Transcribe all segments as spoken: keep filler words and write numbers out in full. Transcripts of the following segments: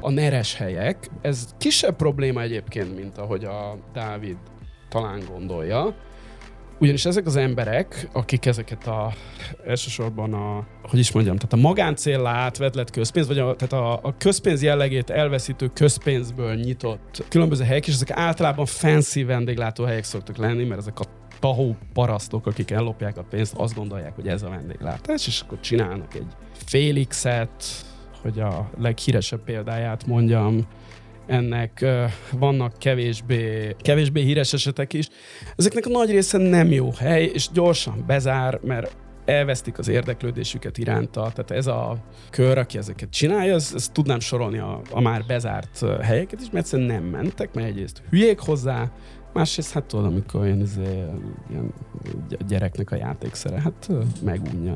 a neres helyek. Ez kisebb probléma egyébként, mint ahogy a Dávid talán gondolja. Ugyanis ezek az emberek, akik ezeket a, elsősorban a, hogy is mondjam, tehát a magáncéllá átvett közpénz, vagy a, tehát a, a közpénz jellegét elveszítő közpénzből nyitott különböző helyek, és ezek általában fancy vendéglátóhelyek szoktak lenni, mert ezek a tahó parasztok, akik ellopják a pénzt, azt gondolják, hogy ez a vendéglátás, és akkor csinálnak egy Félixet, hogy a leghíresebb példáját mondjam, ennek uh, vannak kevésbé, kevésbé híres esetek is. Ezeknek a nagy része nem jó hely, és gyorsan bezár, mert elvesztik az érdeklődésüket iránta. Tehát ez a kör, aki ezeket csinálja, ezt, ezt tudnám sorolni a, a már bezárt helyeket is, mert egyszerűen nem mentek, mert egyrészt hülyék hozzá, másrészt hát tudod, amikor ilyen, ilyen, ilyen gyereknek a játékszere, hát megunja.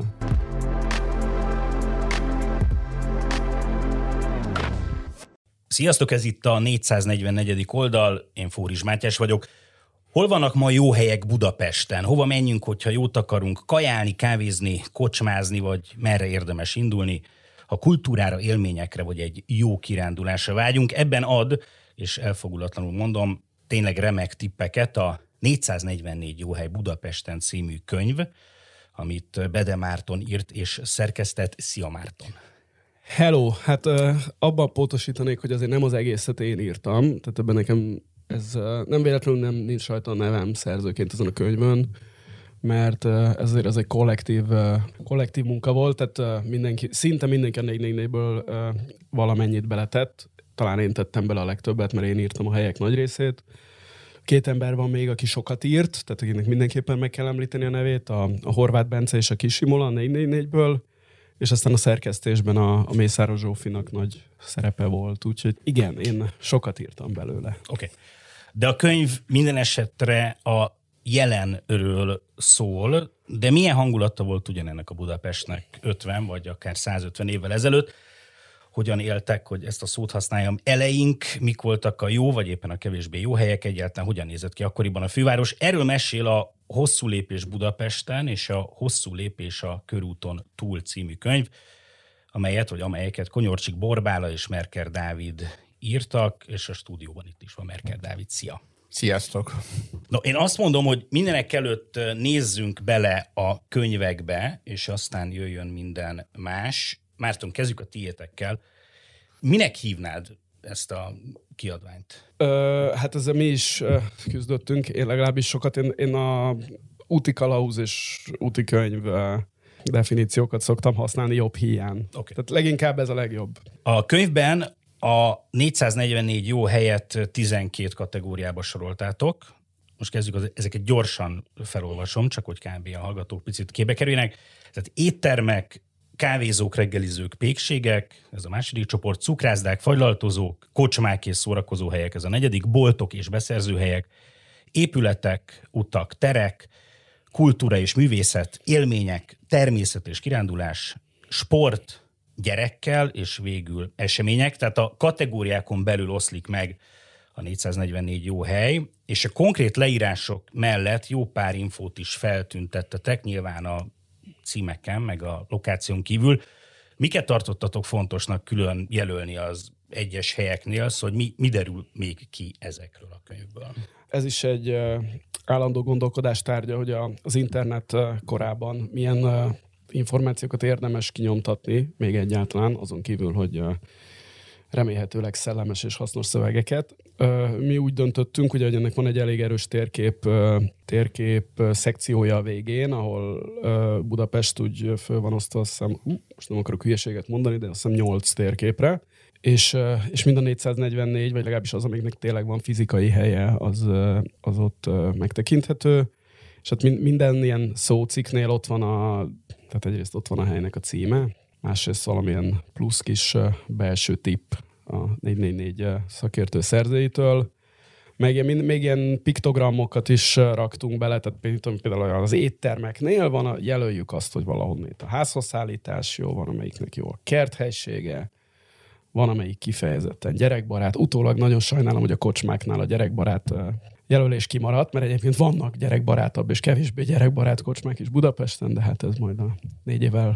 Sziasztok, ez itt a négyszáznegyvennegyedik oldal, én Fóris Mátyás vagyok. Hol vannak ma jó helyek Budapesten? Hova menjünk, hogyha jót akarunk kajálni, kávézni, kocsmázni, vagy merre érdemes indulni? Ha kultúrára, élményekre, vagy egy jó kirándulásra vágyunk, ebben ad, és elfogulatlanul mondom, tényleg remek tippeket a négyszáznegyvennégy jó hely Budapesten című könyv, amit Bede Márton írt és szerkesztett. Szia Márton! Hello! Hát uh, abban pontosítanék, hogy azért nem az egészet én írtam, tehát ebben nekem ez uh, nem véletlenül nem nincs rajta a nevem szerzőként ezen a könyvön, mert uh, ezért ez egy kollektív, uh, kollektív munka volt, tehát uh, mindenki, szinte mindenki a négy négy négyből uh, valamennyit beletett, talán én tettem bele a legtöbbet, mert én írtam a helyek nagy részét. Két ember van még, aki sokat írt, tehát akinek mindenképpen meg kell említeni a nevét, a, a Horváth Bence és a Kis Simola a négy négy négyből, és aztán a szerkesztésben a, a Mészáros Zsófinak nagy szerepe volt, úgyhogy igen, én sokat írtam belőle. Oké. Okay. De a könyv minden esetre a jelenről szól, de milyen hangulata volt ugyanennek a Budapestnek ötven vagy akár százötven évvel ezelőtt? Hogyan éltek, hogy ezt a szót használjam, eleink, mik voltak a jó, vagy éppen a kevésbé jó helyek, egyáltalán hogyan nézett ki akkoriban a főváros. Erről mesél a Hosszú lépés Budapesten és a Hosszú lépés a körúton túl című könyv, amelyet, vagy amelyeket Konyorcsik Borbála és Merker Dávid írtak, és a stúdióban itt is van Merker Dávid. Szia! Sziasztok! No, én azt mondom, hogy mindenek előtt nézzünk bele a könyvekbe, és aztán jöjjön minden más. Márton, kezdjük a tiétekkel. Minek hívnád ezt a kiadványt? Ö, hát ezzel mi is ö, küzdöttünk, én legalábbis sokat. Én, én a úti kalauz és úti könyv ö, definíciókat szoktam használni jobb hiány. Okay. Tehát leginkább ez a legjobb. A könyvben a négyszáznegyvennégy jó helyet tizenkét kategóriába soroltátok. Most kezdjük, az, ezeket gyorsan felolvasom, csak hogy kb. A hallgatók picit képbe kerüljenek. Tehát éttermek, kávézók, reggelizők, pékségek, ez a második csoport, cukrászdák, fagylaltozók, kocsmák és szórakozóhelyek, ez a negyedik, boltok és beszerzőhelyek, épületek, utak, terek, kultúra és művészet, élmények, természet és kirándulás, sport, gyerekkel, és végül események. Tehát a kategóriákon belül oszlik meg a négyszáznegyvennégy jó hely, és a konkrét leírások mellett jó pár infót is feltüntettetek, nyilván a címeken, meg a lokáción kívül. Miket tartottatok fontosnak külön jelölni az egyes helyeknél, szóval hogy mi, mi derül még ki ezekről a könyvből? Ez is egy uh, állandó gondolkodás tárgya, hogy a, az internet uh, korában milyen uh, információkat érdemes kinyomtatni, még egyáltalán, azon kívül, hogy uh, remélhetőleg szellemes és hasznos szövegeket. Mi úgy döntöttünk, ugye, hogy ennek van egy elég erős térkép, térkép szekciója a végén, ahol Budapest úgy föl van osztva, azt hiszem, hú, most nem akarok hülyeséget mondani, de azt hiszem nyolc térképre, és, és mind a négyszáznegyvennégy, vagy legalábbis az, amiknek tényleg van fizikai helye, az, az ott megtekinthető, és hát minden ilyen szócikknél ott van a, tehát egyrészt ott van a helynek a címe, másrészt valamilyen plusz kis belső tipp a négy négy négy szakértő szerzőitől. Meg még ilyen piktogramokat is raktunk bele, tehát például az éttermeknél van, jelöljük azt, hogy valahonnét a házhozszállítás jó, van amelyiknek jó a kerthelysége, van amelyik kifejezetten gyerekbarát. Utólag nagyon sajnálom, hogy a kocsmáknál a gyerekbarát jelölés kimaradt, mert egyébként vannak gyerekbarátabb és kevésbé gyerekbarát kocsmák is Budapesten, de hát ez majd a négy évvel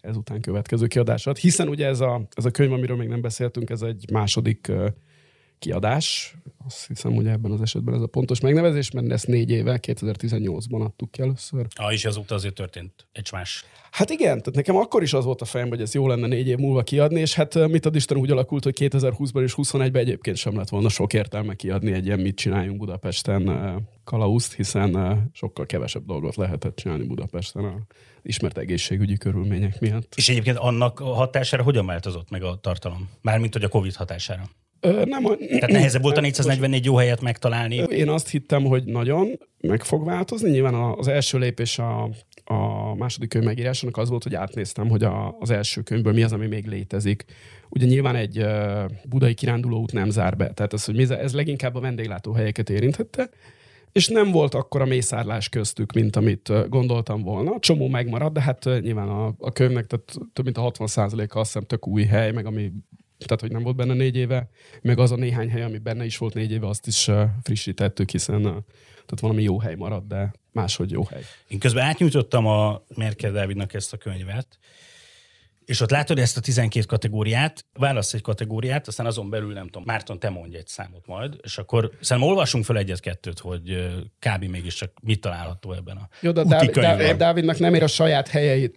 ezután következő kiadását, hiszen ugye ez a, ez a könyv, amiről még nem beszéltünk, ez egy második uh, kiadás. Azt hiszem, hogy ebben az esetben ez a pontos megnevezés, mert ezt négy éve, kétezer-tizennyolcban adtuk ki először. Ah, és azóta azért történt egy más. Hát igen, tehát nekem akkor is az volt a fejem, hogy ez jó lenne négy év múlva kiadni, és hát mit ad Isten úgy alakult, hogy kétezer-húszban és huszonegyben egyébként sem lett volna sok értelme kiadni egy ilyen mit csináljunk Budapesten kalauzt, hiszen sokkal kevesebb dolgot lehetett csinálni Budapesten az ismert egészségügyi körülmények miatt. És egyébként annak hatására hogyan változott meg a tartalom? Mármint, hogy a Covid hatására. Ö, nem, Tehát nehezebb volt a négyszáznegyvennégy jó helyet megtalálni. Én azt hittem, hogy nagyon meg fog változni. Nyilván az első lépés a, a második könyv megírásának az volt, hogy átnéztem, hogy a, az első könyvből mi az, ami még létezik. Ugye nyilván egy uh, budai kirándulóút nem zár be. Tehát ez, hogy mi, ez leginkább a vendéglátóhelyeket érinthette, és nem volt akkora mészárlás köztük, mint amit gondoltam volna. Csomó megmaradt, de hát nyilván a, a könyvnek tehát több mint a hatvan százaléka azt hiszem tök új hely, meg ami tehát, hogy nem volt benne négy éve, meg az a néhány hely, ami benne is volt négy éve, azt is uh, frissítettük, hiszen uh, tehát valami jó hely maradt, de máshogy jó hely. Én közben átnyújtottam a Merkel Dávidnak ezt a könyvet, és ott látod ezt a tizenkét kategóriát, válasz egy kategóriát, aztán azon belül nem tudom, Márton, te mondj egy számot majd, és akkor szerintem olvassunk fel egyet-kettőt, hogy kb. Mégiscsak mit található ebben a Jó, de Dávid, Dávid, Dávidnak nem ér a saját helyeit.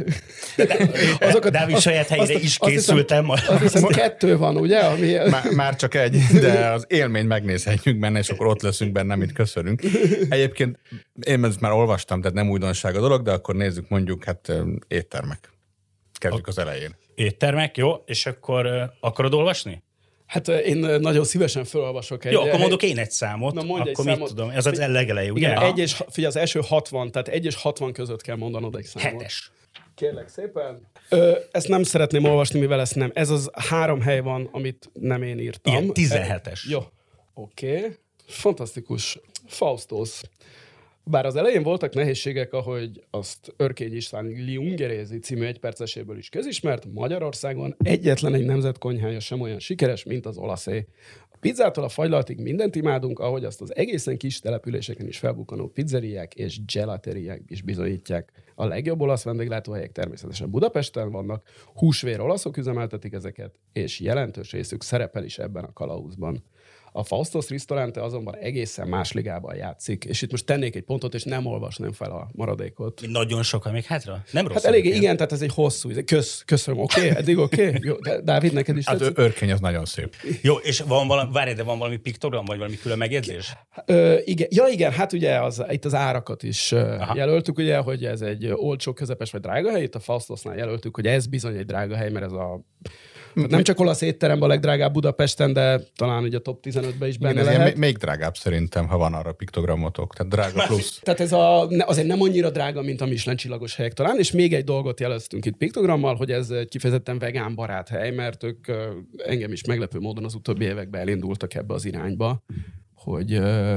Azokat, Dávid azt, saját helyére azt, is készültem. Azt hiszem, azt hiszem kettő van, ugye? Ami... Már, már csak egy, de az élményt megnézhetjük benne, és akkor ott leszünk benne, amit köszönünk. Egyébként én ezt már olvastam, tehát nem újdonság a dolog, de akkor nézzük mondjuk hát éttermek. Kezdjük az elején. Éttermek, jó, és akkor uh, akarod olvasni? Hát én nagyon szívesen felolvasok egy... Jó, akkor mondok én egy számot, Na, mondj akkor egy mit számot. tudom, ez az legelejé, ugye? Igen, egy és, figyelj, az első hatvan, tehát egy és hatvan között kell mondanod egy számot. Hetes. Kérlek szépen. Ö, ezt nem szeretném olvasni, mivel ezt nem. Ez az három hely van, amit nem én írtam. Igen, tizenhetes. Jó, oké. Okay. Fantasztikus. Faustus. Bár az elején voltak nehézségek, ahogy azt Örkény István Liungerézi című egyperceséből is közismert, Magyarországon egyetlen egy nemzetkonyhája sem olyan sikeres, mint az olaszé. A pizzától a fagylaltig mindent imádunk, ahogy azt az egészen kis településeken is felbukkanó pizzeriák és gelateriák is bizonyítják. A legjobb olasz vendéglátóhelyek természetesen Budapesten vannak, húsvér olaszok üzemeltetik ezeket, és jelentős részük szerepel is ebben a kalauzban. A Faustus Ristorante azonban egészen más ligában játszik, és itt most tennék egy pontot, és nem olvasnám fel a maradékot. Nagyon sokan még hátra? Nem rossz. Hát elég, igen, tehát ez egy hosszú. Kösz, köszönöm, oké? Okay? Eddig oké? Okay? Jó, de Dávid, neked is hát Örkény az nagyon szép. Jó, és van valami, várj, de van valami piktogram, vagy valami külön megjegyzés? Ö, igen. Ja, igen, hát ugye az, itt az árakat is Aha. jelöltük, ugye, hogy ez egy olcsó, közepes vagy drága hely. Itt a Faustusnál jelöltük, hogy ez bizony egy drága hely, mert ez a Tehát nem csak olasz étterem a legdrágább Budapesten, de talán ugye a top tizenötben is benne igen, lehet. Még drágább szerintem, ha van arra piktogramotok. Tehát drága plusz. Tehát ez a, azért nem annyira drága, mint a Michelin csillagos helyek talán, és még egy dolgot jeleztünk itt piktogrammal, hogy ez egy kifejezetten vegán barát hely, mert ők engem is meglepő módon az utóbbi években elindultak ebbe az irányba, hogy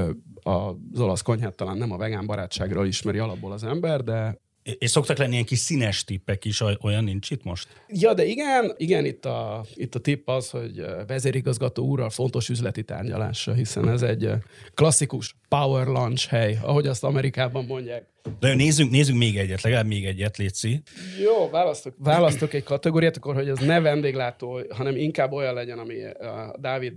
az olasz konyhát talán nem a vegán barátságról ismeri alapból az ember, de és szoktak lenni ilyen kis színes tippek is, olyan nincs itt most? Ja, de igen, igen, itt a, itt a tipp az, hogy vezérigazgató úrral fontos üzleti tárgyalásra, hiszen ez egy klasszikus power lunch hely, ahogy azt Amerikában mondják. De jó, nézzünk, nézzünk még egyet, legalább még egyet, létszi. Jó, választok, választok egy kategóriát, akkor hogy ez ne vendéglátó, hanem inkább olyan legyen, ami a Dávid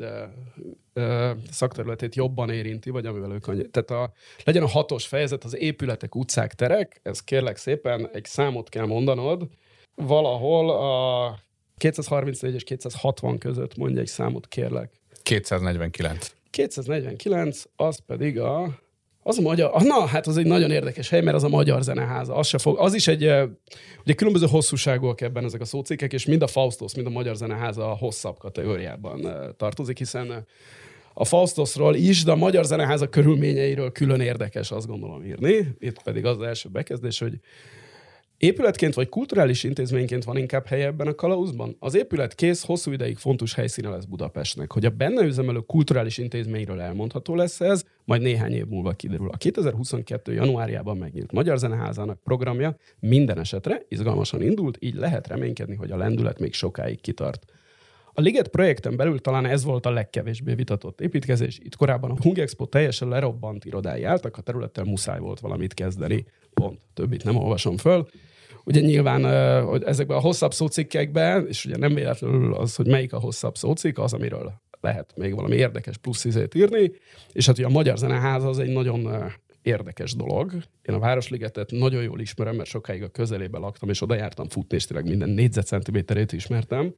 szakterületét jobban érinti, vagy amivel ők annyi. Tehát a, legyen a hatos fejezet, az épületek, utcák, terek, ez kérlek szépen egy számot kell mondanod, valahol a kétszázharmincnégy és kétszázhatvan között mondj egy számot, kérlek. kétszáznegyvenkilenc. kétszáznegyvenkilenc, az pedig a... Az a magyar, na, hát az egy nagyon érdekes hely, mert az a Magyar Zeneháza. Az, se fog, az is egy, ugye különböző hosszúságúak ebben ezek a szócikkek, és mind a Faustus, mind a Magyar Zeneháza a hosszabb kategóriában tartozik, hiszen a Faustusról is, de a Magyar Zeneháza körülményeiről külön érdekes, azt gondolom írni. Itt pedig az, az első bekezdés, hogy épületként vagy kulturális intézményként van inkább helye ebben a kalauzban? Az épület kész, hosszú ideig fontos helyszíne lesz Budapestnek. Hogy a benne üzemelő kulturális intézményről elmondható lesz ez, majd néhány év múlva kiderül. A kétezer-huszonkettő januárjában megnyílt Magyar Zeneházának programja minden esetre izgalmasan indult, így lehet reménykedni, hogy a lendület még sokáig kitart. A Liget projekten belül talán ez volt a legkevésbé vitatott építkezés. Itt korábban a Hungexpo teljesen lerobbant irodái álltak, a területtel muszáj volt valamit kezdeni. Pont. Többit nem olvasom föl. ugye nyilván hogy ezekben a hosszabb szócikkekben, és ugye nem véletlenül az, hogy melyik a hosszabb szócikk, az, amiről lehet még valami érdekes plusz izét írni, és hát ugye a Magyar Zeneháza az egy nagyon érdekes dolog. Én a Városligetet nagyon jól ismerem, mert sokáig a közelében laktam, és oda jártam futni, és tényleg minden négyzetcentiméterét ismertem.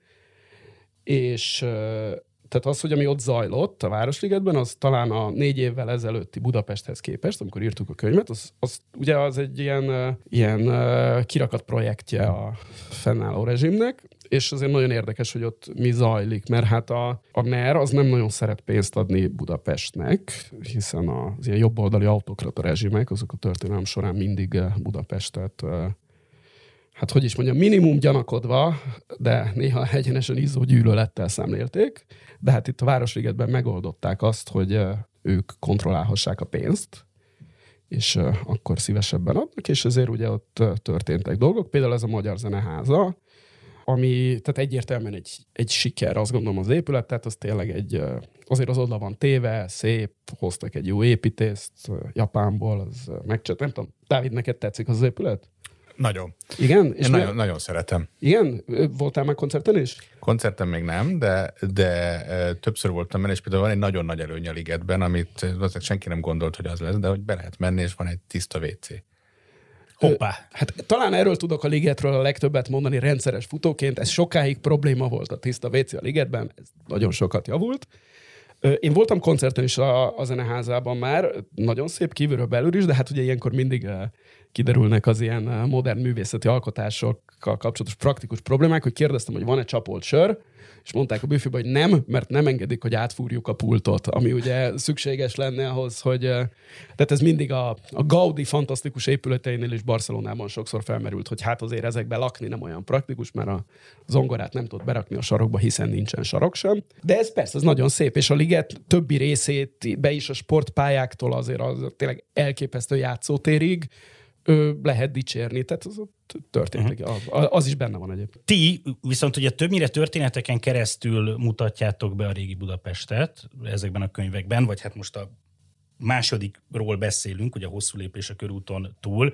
És tehát az, hogy ami ott zajlott a Városligetben, az talán a négy évvel ezelőtti Budapesthez képest, amikor írtuk a könyvet, az, az ugye az egy ilyen, ilyen kirakat projektje a fennálló rezsimnek, és azért nagyon érdekes, hogy ott mi zajlik, mert hát a, a NER az nem nagyon szeret pénzt adni Budapestnek, hiszen az ilyen jobboldali autokrata rezsimek, azok a történelem során mindig Budapestet, hát hogy is mondjam, minimum gyanakodva, de néha egyenesen izzó gyűlölettel szemlélték, de hát itt a Városligetben megoldották azt, hogy ők kontrollálhassák a pénzt, és akkor szívesebben adnak, és ezért ugye ott történtek dolgok, például ez a Magyar Zeneháza, ami tehát egyértelműen egy, egy siker, azt gondolom az épület, tehát az tényleg egy, azért az oda van téve, szép, hoztak egy jó építészt Japánból, az megcsinálta. Nem tudom, Dávid, neked tetszik az, az épület? Nagyon. Igen? És Én nagyon, nagyon szeretem. Igen? Voltál már koncerten is? Koncerten még nem, de, de e, többször voltam benne, és például van egy nagyon nagy előny a ligetben, amit azért senki nem gondolt, hogy az lesz, de hogy be lehet menni, és van egy tiszta vé cé. Hoppá! Hát talán erről tudok a ligetről a legtöbbet mondani rendszeres futóként. Ez sokáig probléma volt a tiszta vé cé a ligetben, ez nagyon sokat javult. Én voltam koncerten is a, a Zeneházában már, nagyon szép kívülről belül is, de hát ugye ilyenkor mindig kiderülnek az ilyen modern művészeti alkotásokkal kapcsolatos praktikus problémák, hogy kérdeztem, hogy van-e csapolt sör, és mondták a büfébe, hogy nem, mert nem engedik, hogy átfúrjuk a pultot, ami ugye szükséges lenne ahhoz, hogy... Tehát ez mindig a, a Gaudi fantasztikus épületeinél is Barcelonában sokszor felmerült, hogy hát azért ezekben lakni nem olyan praktikus, mert a zongorát nem tud berakni a sarokba, hiszen nincsen sarok sem. De ez persze, ez nagyon szép, és a liget többi részét be is a sportpályáktól azért az tényleg elképesztő játszótérig lehet dicsérni, tehát az történik, uh-huh. az is benne van egyébként. Ti viszont ugye többnyire történeteken keresztül mutatjátok be a régi Budapestet ezekben a könyvekben, vagy hát most a másodikról beszélünk, ugye a hosszú lépés a körúton túl.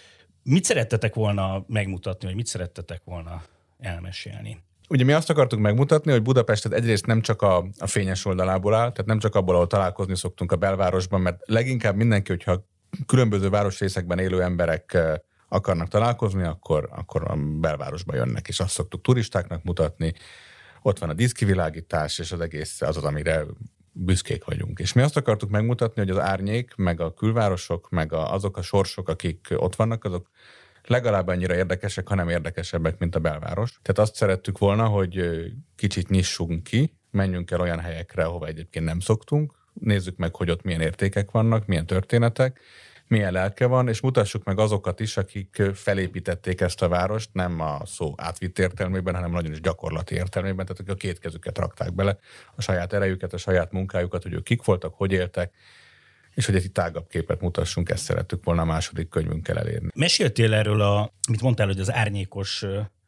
Mit szerettetek volna megmutatni, vagy mit szerettetek volna elmesélni? Ugye mi azt akartuk megmutatni, hogy Budapestet egyrészt nem csak a, a fényes oldalából áll, tehát nem csak abból, ahol találkozni szoktunk a belvárosban, mert leginkább mindenki, hogyha különböző városrészekben élő emberek akarnak találkozni, akkor, akkor a belvárosba jönnek, és azt szoktuk turistáknak mutatni. Ott van a díszkivilágítás, és az egész az az, amire büszkék vagyunk. És mi azt akartuk megmutatni, hogy az árnyék, meg a külvárosok, meg a, azok a sorsok, akik ott vannak, azok legalább annyira érdekesek, hanem érdekesebbek, mint a belváros. Tehát azt szerettük volna, hogy kicsit nyissunk ki, menjünk el olyan helyekre, ahova egyébként nem szoktunk, nézzük meg, hogy ott milyen értékek vannak, milyen történetek, milyen lelke van, és mutassuk meg azokat is, akik felépítették ezt a várost, nem a szó átvitt értelmében, hanem nagyon is gyakorlati értelmében, tehát akik a két kezüket rakták bele, a saját erejüket, a saját munkájukat, hogy ők kik voltak, hogy éltek, és hogy egy tágabb képet mutassunk, ezt szerettük volna a második könyvünkkel elérni. Meséltél erről, a, mit mondtál, hogy az árnyékos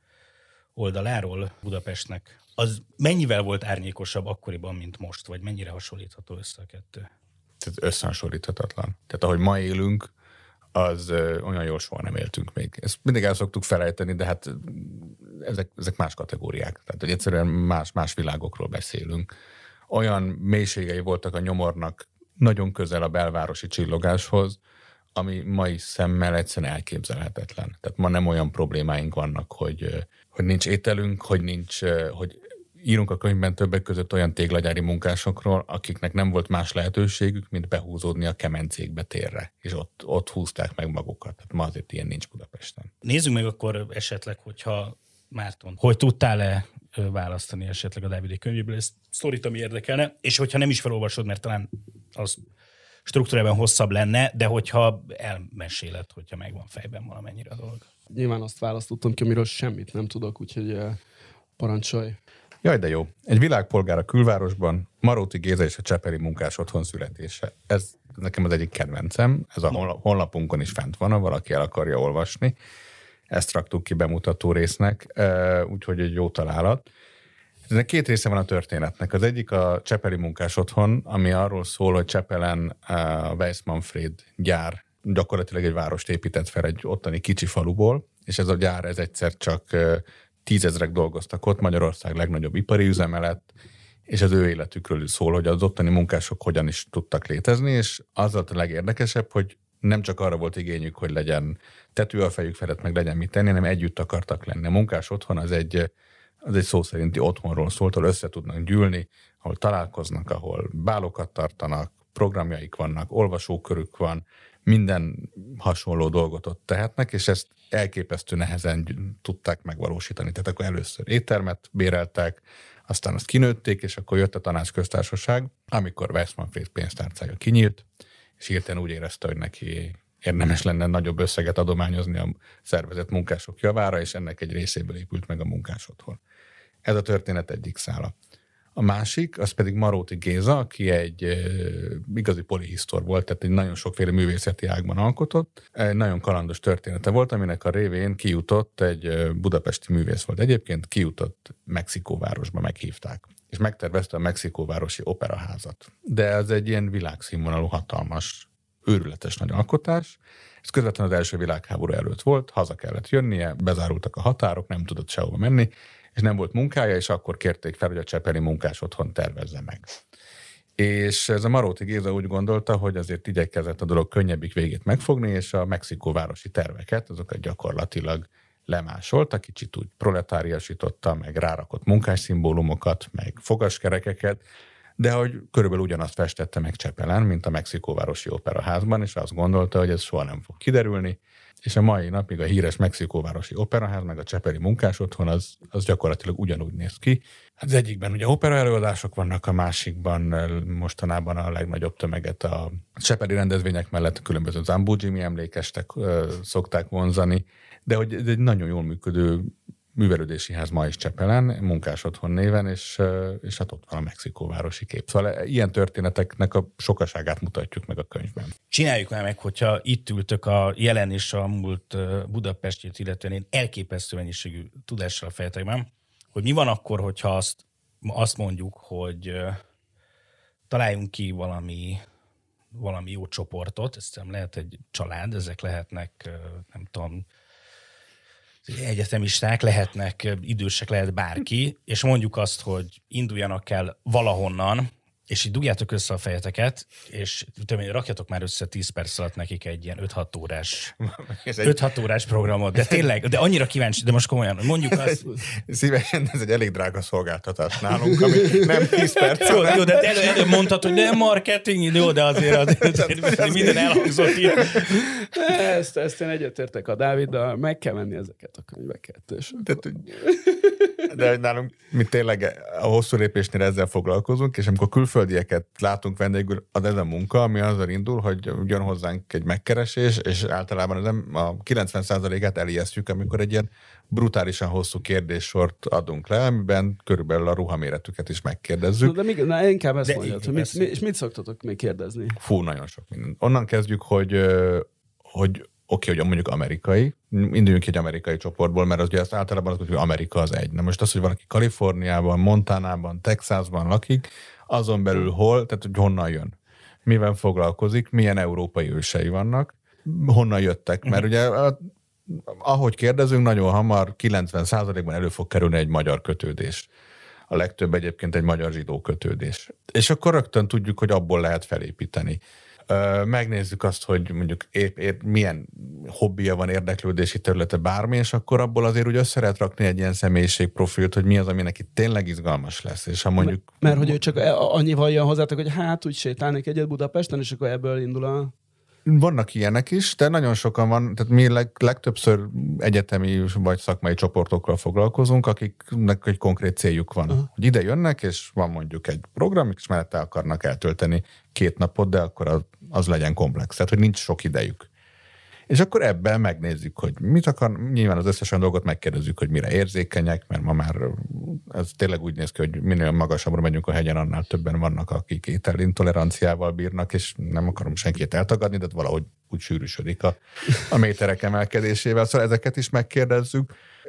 oldaláról Budapestnek. Az mennyivel volt árnyékosabb akkoriban, mint most, vagy mennyire hasonlítható össze a kettő? Tehát összehasonlíthatatlan. Tehát ahogy ma élünk, az olyan jól soha nem éltünk még. Ezt mindig el szoktuk felejteni, de hát ezek, ezek más kategóriák. Tehát, hogy egyszerűen más, más világokról beszélünk. Olyan mélységei voltak a nyomornak nagyon közel a belvárosi csillogáshoz, ami mai szemmel egyszerűen elképzelhetetlen. Tehát ma nem olyan problémáink vannak, hogy, hogy nincs ételünk, hogy nincs, hogy írunk a könyvben többek között olyan téglagyári munkásokról, akiknek nem volt más lehetőségük, mint behúzódni a kemencékbe térre, és ott, ott húzták meg magukat. Tehát ma azért ilyen nincs Budapesten. Nézzük meg akkor esetleg, hogyha Márton, hogy tudtál-e választani esetleg a Dávid könyvéből ezt sztorit, ami érdekelne, és hogyha nem is felolvasod, mert talán az struktúrában hosszabb lenne, de hogyha elmeséled, hogyha megvan fejben valamennyire a dolog. Nyilván azt választottam ki, amiről semmit nem tudok, úgyhogy parancsolj. Jaj, de jó. Egy világpolgár a külvárosban, Maróti Géza és a Csepeli munkás otthon születése. Ez nekem az egyik kedvencem, ez a honlapunkon is fent van, ha valaki el akarja olvasni. Ezt raktuk ki bemutató résznek, úgyhogy egy jó találat. Ennek két része van a történetnek. Az egyik a Csepeli munkás otthon, ami arról szól, hogy Csepelen a Weiss Manfred gyár gyakorlatilag egy várost épített fel egy ottani kicsi faluból, és ez a gyár ez egyszer csak tízezrek dolgoztak ott, Magyarország legnagyobb ipari üzeme lett, és az ő életükről is szól, hogy az ottani munkások hogyan is tudtak létezni, és az volt a legérdekesebb, hogy nem csak arra volt igényük, hogy legyen tető a fejük felett, meg legyen mit tenni, hanem együtt akartak lenni. A munkás otthon az egy, az egy szó szerinti otthonról szólt, ahol össze tudnak gyűlni, ahol találkoznak, ahol bálokat tartanak, programjaik vannak, olvasókörük van, minden hasonló dolgot ott tehetnek, és ezt elképesztő nehezen tudták megvalósítani. Tehát akkor először éttermet béreltek, aztán azt kinőtték, és akkor jött a tanácsköztársaság, amikor Westmanfred pénztárcája kinyílt, és hirtelen úgy érezte, hogy neki érdemes lenne nagyobb összeget adományozni a szervezett munkások javára, és ennek egy részéből épült meg a munkás otthon. Ez a történet egyik szála. A másik, az pedig Maróti Géza, aki egy e, igazi polihisztor volt, tehát egy nagyon sokféle művészeti ágban alkotott. Egy nagyon kalandos története volt, aminek a révén kijutott, egy budapesti művész volt egyébként, kijutott Mexikóvárosba, meghívták, és megtervezte a Mexikóvárosi operaházat. De ez egy ilyen világszínvonalú, hatalmas, őrületes nagy alkotás. Ez közvetlenül az első világháború előtt volt, haza kellett jönnie, bezárultak a határok, nem tudott sehova menni, és nem volt munkája, és akkor kérték fel, hogy a csepeli munkás otthon tervezze meg. És ez a Maróti Géza úgy gondolta, hogy azért igyekezett a dolog könnyebbik végét megfogni, és a mexikóvárosi terveket, azokat gyakorlatilag lemásolta, kicsit úgy proletáriasította, meg rárakott munkásszimbólumokat, meg fogaskerekeket, de hogy körülbelül ugyanazt festette meg Csepelen, mint a Mexikóvárosi Operaházban, és azt gondolta, hogy ez soha nem fog kiderülni, és a mai napig a híres Mexikóvárosi Operaház, meg a csepeli munkás otthon, az, az gyakorlatilag ugyanúgy néz ki. Az egyikben ugye opera előadások vannak, a másikban mostanában a legnagyobb tömeget a csepeli rendezvények mellett különböző Zambó Jimmy emlékestek ö, szokták vonzani, de hogy ez egy nagyon jól működő művelődési ház ma is Csepelen, munkás otthon néven, és, és hát ott van a Mexikóvárosi kép. Szóval ilyen történeteknek a sokaságát mutatjuk meg a könyvben. Csináljuk már meg, hogyha itt ültök a jelen és a múlt Budapestjét, illetően én elképesztő mennyiségű tudással fejtek meg, hogy mi van akkor, hogyha azt, azt mondjuk, hogy találjunk ki valami, valami jó csoportot, ez nem lehet egy család, ezek lehetnek, nem tudom, egyetemisták, lehetnek idősek, lehet bárki, és mondjuk azt, hogy induljanak el valahonnan, és így dugjátok össze a fejeteket, és tudom, rakjatok már össze tíz perc alatt nekik egy ilyen öt-hat órás, öt-hat órás programot, de tényleg, de annyira kíváncsi, de most komolyan, mondjuk azt... Szívesen, ez egy elég drága szolgáltatás nálunk, ami nem tíz perc. Jó, jó, de elő, elő mondtad, hogy nem marketing, jó, de azért, azért, azért minden elhangzott így. Ezt, ezt én egyetértek a Dáviddal, meg kell venni ezeket a könyveket. És akkor... De nálunk mi tényleg a hosszú lépésnél ezzel foglalkozunk, és amikor külföldieket látunk vendégül, az ez a munka, ami azzal indul, hogy jön hozzánk egy megkeresés, és általában az a kilencven százalékát elijesztjük, amikor egy ilyen brutálisan hosszú kérdéssort adunk le, amiben körülbelül a ruhaméretüket is megkérdezzük. Na, de még, na, inkább ezt de mondjad, hogy mit, mi, és mit szoktatok még kérdezni? Fú, nagyon sok minden. Onnan kezdjük, hogy, hogy oké, hogy mondjuk amerikai, induljunk egy amerikai csoportból, mert az ugye azt általában az, hogy Amerika az egy. Na most az, hogy valaki Kaliforniában, Montanában, Texasban lakik, azon belül hol, tehát hogy honnan jön, mivel foglalkozik, milyen európai ősei vannak, honnan jöttek, mert ugye ahogy kérdezünk, nagyon hamar kilencven százalékban elő fog kerülni egy magyar kötődés. A legtöbb egyébként egy magyar zsidó kötődés. És akkor rögtön tudjuk, hogy abból lehet felépíteni. Megnézzük azt, hogy mondjuk épp, épp milyen hobbija van, érdeklődési területe bármi, és akkor abból azért úgy össze lehet rakni egy ilyen személyiségprofilt, hogy mi az, ami neki tényleg izgalmas lesz. És ha mondjuk... Mert, mert hogy ő csak annyival jön hozzátok, hogy hát úgy sétálnék egyet Budapesten, és akkor ebből indul a... Vannak ilyenek is, de nagyon sokan van, tehát mi leg, legtöbbször egyetemi vagy szakmai csoportokkal foglalkozunk, akiknek egy konkrét céljuk van. Uh-huh. Hogy ide jönnek, és van mondjuk egy program, és mellette akarnak eltölteni két napot, de akkor az, az legyen komplex. Tehát, hogy nincs sok idejük. És akkor ebben megnézzük, hogy mit akar, nyilván az összes olyan dolgot megkérdezzük, hogy mire érzékenyek, mert ma már ez tényleg úgy néz ki, hogy minél magasabbra megyünk a hegyen, annál többen vannak, akik ételintoleranciával bírnak, és nem akarom senkit eltagadni, de valahogy úgy sűrűsödik a, a méterek emelkedésével. Szóval ezeket is megkérdezzük,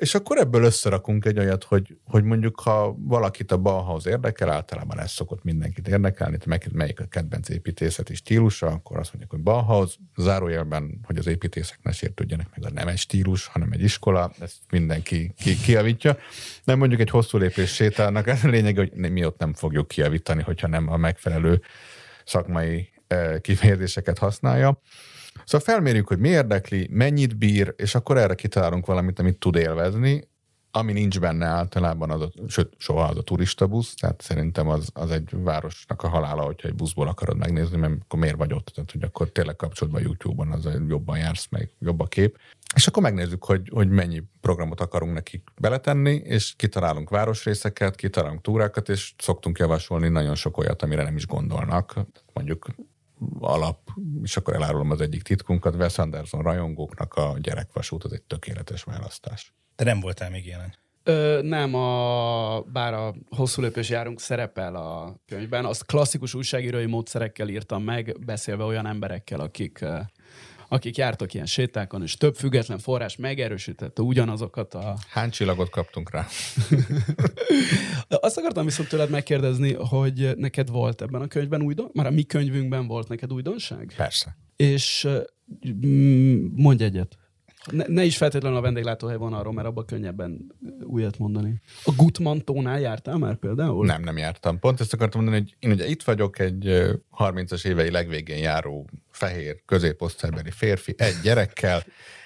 És akkor ebből összerakunk egy olyat, hogy, hogy mondjuk, ha valakit a Bauhaus érdekel, általában ez szokott mindenkit érdekelni, melyik a kedvenc építészeti stílusa, akkor azt mondjuk, hogy Bauhaus, zárójelben, hogy az építészek ne sértődjenek meg, a nem egy stílus, hanem egy iskola, ezt mindenki ki, kijavítja. De mondjuk egy hosszú lépés sétálnak, ez a lényeg, hogy mi ott nem fogjuk kijavítani, hogyha nem a megfelelő szakmai eh, kifejezéseket használja. Szóval felmérjük, hogy mi érdekli, mennyit bír, és akkor erre kitalálunk valamit, amit tud élvezni, ami nincs benne általában, az a, sőt, soha az a turista busz, tehát szerintem az, az egy városnak a halála, hogyha egy buszból akarod megnézni, mert akkor miért vagy ott, tehát hogy akkor tényleg kapcsolatban a YouTube-on az jobban jársz, meg jobb a kép. És akkor megnézzük, hogy, hogy mennyi programot akarunk nekik beletenni, és kitalálunk városrészeket, kitalálunk túrákat, és szoktunk javasolni nagyon sok olyat, amire nem is gondolnak. Mondjuk alap, és akkor elárulom az egyik titkunkat, Wes Anderson rajongóknak a Gyerekvasút az egy tökéletes választás. Te nem voltál még ilyen? Ö, nem, a, bár a hosszú lépés járunk szerepel a könyvben, azt klasszikus újságírói módszerekkel írtam meg, beszélve olyan emberekkel, akik, akik jártak ilyen sétákon, és több független forrás megerősítette ugyanazokat a... Hány csillagot kaptunk rá? Azt akartam viszont tőled megkérdezni, hogy neked volt ebben a könyvben újdonság? Már a mi könyvünkben volt neked újdonság? Persze. És mondj egyet. Ne, ne is feltétlenül a vendéglátóhely van arról, mert abban könnyebben újat mondani. A Gutmann-tónál jártál már például? Nem, nem jártam. Pont ezt akartam mondani, hogy én ugye itt vagyok, egy harmincas évei legvégén járó fehér, középosztálybeli férfi, egy gyerekkel.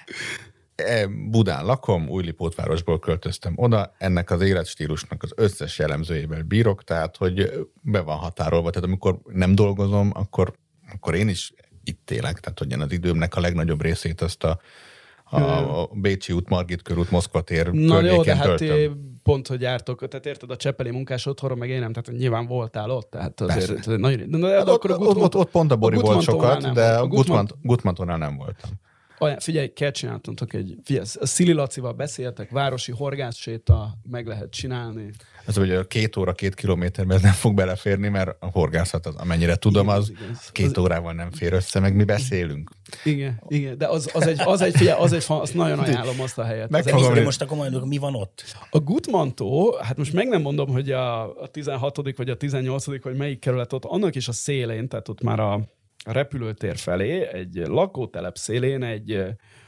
Budán lakom, Újlipótvárosból költöztem oda, ennek az életstílusnak az összes jellemzőjével bírok, tehát hogy be van határolva. Tehát amikor nem dolgozom, akkor, akkor én is itt élek, tehát hogy én az időmnek a legnagyobb részét azt a A, a Bécsi út, Margit körút, Moszkva tér Na jó, de hát töltöm. Pont, hogy jártok, tehát érted, a Cseppeli munkás otthonról, meg én nem, tehát nyilván voltál ott, tehát azért nagyon... De, de, de ott, ott, ott, ott pont a Bori volt sokat, de a Gutmann-tónál nem voltam. Olyan, figyelj, kell csináltatok egy... Figyelj, a Szili Lacival beszéltek, városi horgászséta, meg lehet csinálni. Az, hogy a két óra, két kilométerben nem fog beleférni, mert a horgászat, az, amennyire tudom, az igen, két az... órával nem fér össze, meg mi beszélünk. Igen, igen, de az, az egy, az egy, figyelj, az egy, azt nagyon ajánlom azt a helyet. Megfogom, most akkor mondjuk, mi van ott? A Gutmann-tó, hát most meg nem mondom, hogy a, a tizenhatodik vagy a tizennyolcadik vagy melyik kerület ott, annak is a szélén, tehát ott már a a repülőtér felé, egy lakótelep szélén egy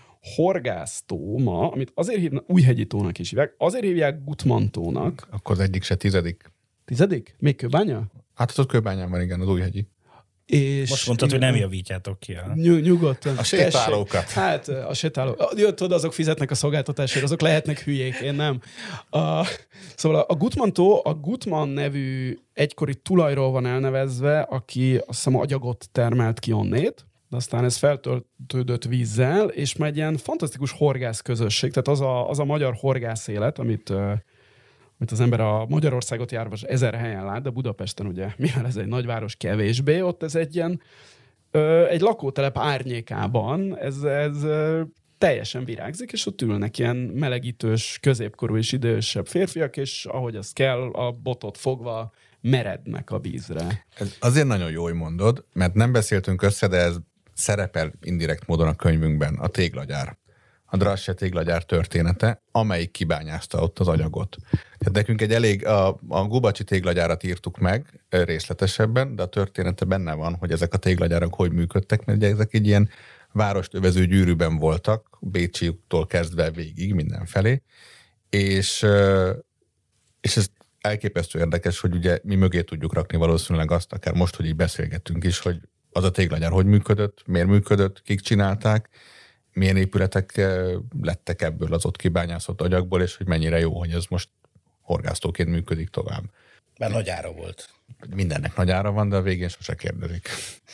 horgásztó ma, amit azért hívnak, Újhegyi tónak is hívják, azért hívják Gutmann-tónak. Akkor az egyik se tizedik. Tizedik? Még Kőbánya? Hát ott Kőbányán van, igen, az Újhegyi. És most mondtad, igen, hogy nem javítjátok ki. A... Ny- nyugodtan. A sétálókat. Tessék. Hát a sétálók. Jó, tudod, azok fizetnek a szolgáltatásért, azok lehetnek hülyék, én nem. A, szóval a Gutmann-tó a Gutmann nevű egykori tulajról van elnevezve, aki azt hiszem agyagot termelt ki onnét, de aztán ez feltöltődött vízzel, és már egy ilyen fantasztikus horgász közösség, tehát az a, az a magyar horgász élet, amit... amit az ember a Magyarországot járva ezer helyen lát, de Budapesten ugye, mivel ez egy nagyváros kevésbé, ott ez egy ilyen, ö, egy lakótelep árnyékában, ez, ez ö, teljesen virágzik, és ott ülnek ilyen melegítős, középkorú és idősebb férfiak, és ahogy az kell, a botot fogva merednek a vízre. Ez azért nagyon jó, hogy mondod, mert nem beszéltünk össze, de ez szerepel indirekt módon a könyvünkben, a téglagyár. A Drasse téglagyár története, amelyik kibányázta ott az agyagot. Tehát nekünk egy elég, a, a Gubacsi téglagyárat írtuk meg részletesebben, de a története benne van, hogy ezek a téglagyárak hogy működtek, mert ugye ezek egy ilyen várost övező gyűrűben voltak, Bécsi úttól kezdve végig mindenfelé, és, és ez elképesztő érdekes, hogy ugye mi mögé tudjuk rakni valószínűleg azt, akár most, hogy így beszélgettünk is, hogy az a téglagyár hogy működött, miért működött, kik csinálták, milyen épületek lettek ebből az ott kibányászott agyagból, és hogy mennyire jó, hogy ez most horgásztóként működik tovább. Mert nagy ára volt. Mindennek nagy ára van, de a végén sose kérdezik.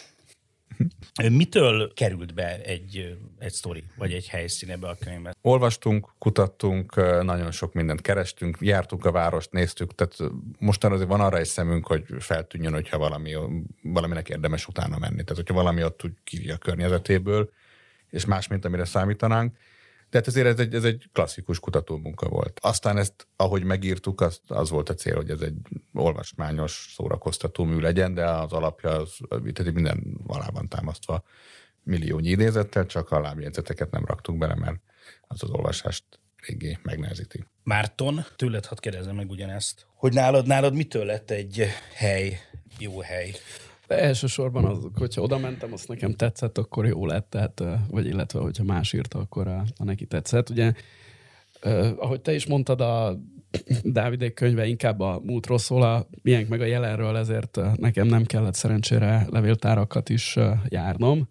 Mitől került be egy, egy sztori, vagy egy helyszín ebbe a könyvbe? Olvastunk, kutattunk, nagyon sok mindent kerestünk, jártunk a várost, néztük, tehát mostanra azért van arra egy szemünk, hogy feltűnjön, hogyha valami, valaminek érdemes utána menni. Tehát, hogyha valami ott úgy kírja a környezetéből, és más, mint amire számítanánk. De hát ezért ez egy, ez egy klasszikus kutatómunka volt. Aztán ezt, ahogy megírtuk, az, az volt a cél, hogy ez egy olvasmányos, szórakoztató mű legyen, de az alapja az, tehát minden alá van támasztva milliónyi idézettel, csak a lábjegyzeteket nem raktuk bele, mert az az olvasást eléggé megnehezíti. Márton, tőled hadd kérdezzem meg ugyanezt, hogy nálad, nálad mitől lett egy hely, jó hely? De elsősorban az, hogyha oda mentem, azt nekem tetszett, akkor jó lett, tehát, vagy illetve, hogyha más írta, akkor a, a neki tetszett. Ugye, eh, ahogy te is mondtad, a Dávidék könyve inkább a múltról szól, a miénk meg a jelenről, ezért nekem nem kellett szerencsére levéltárakat is járnom.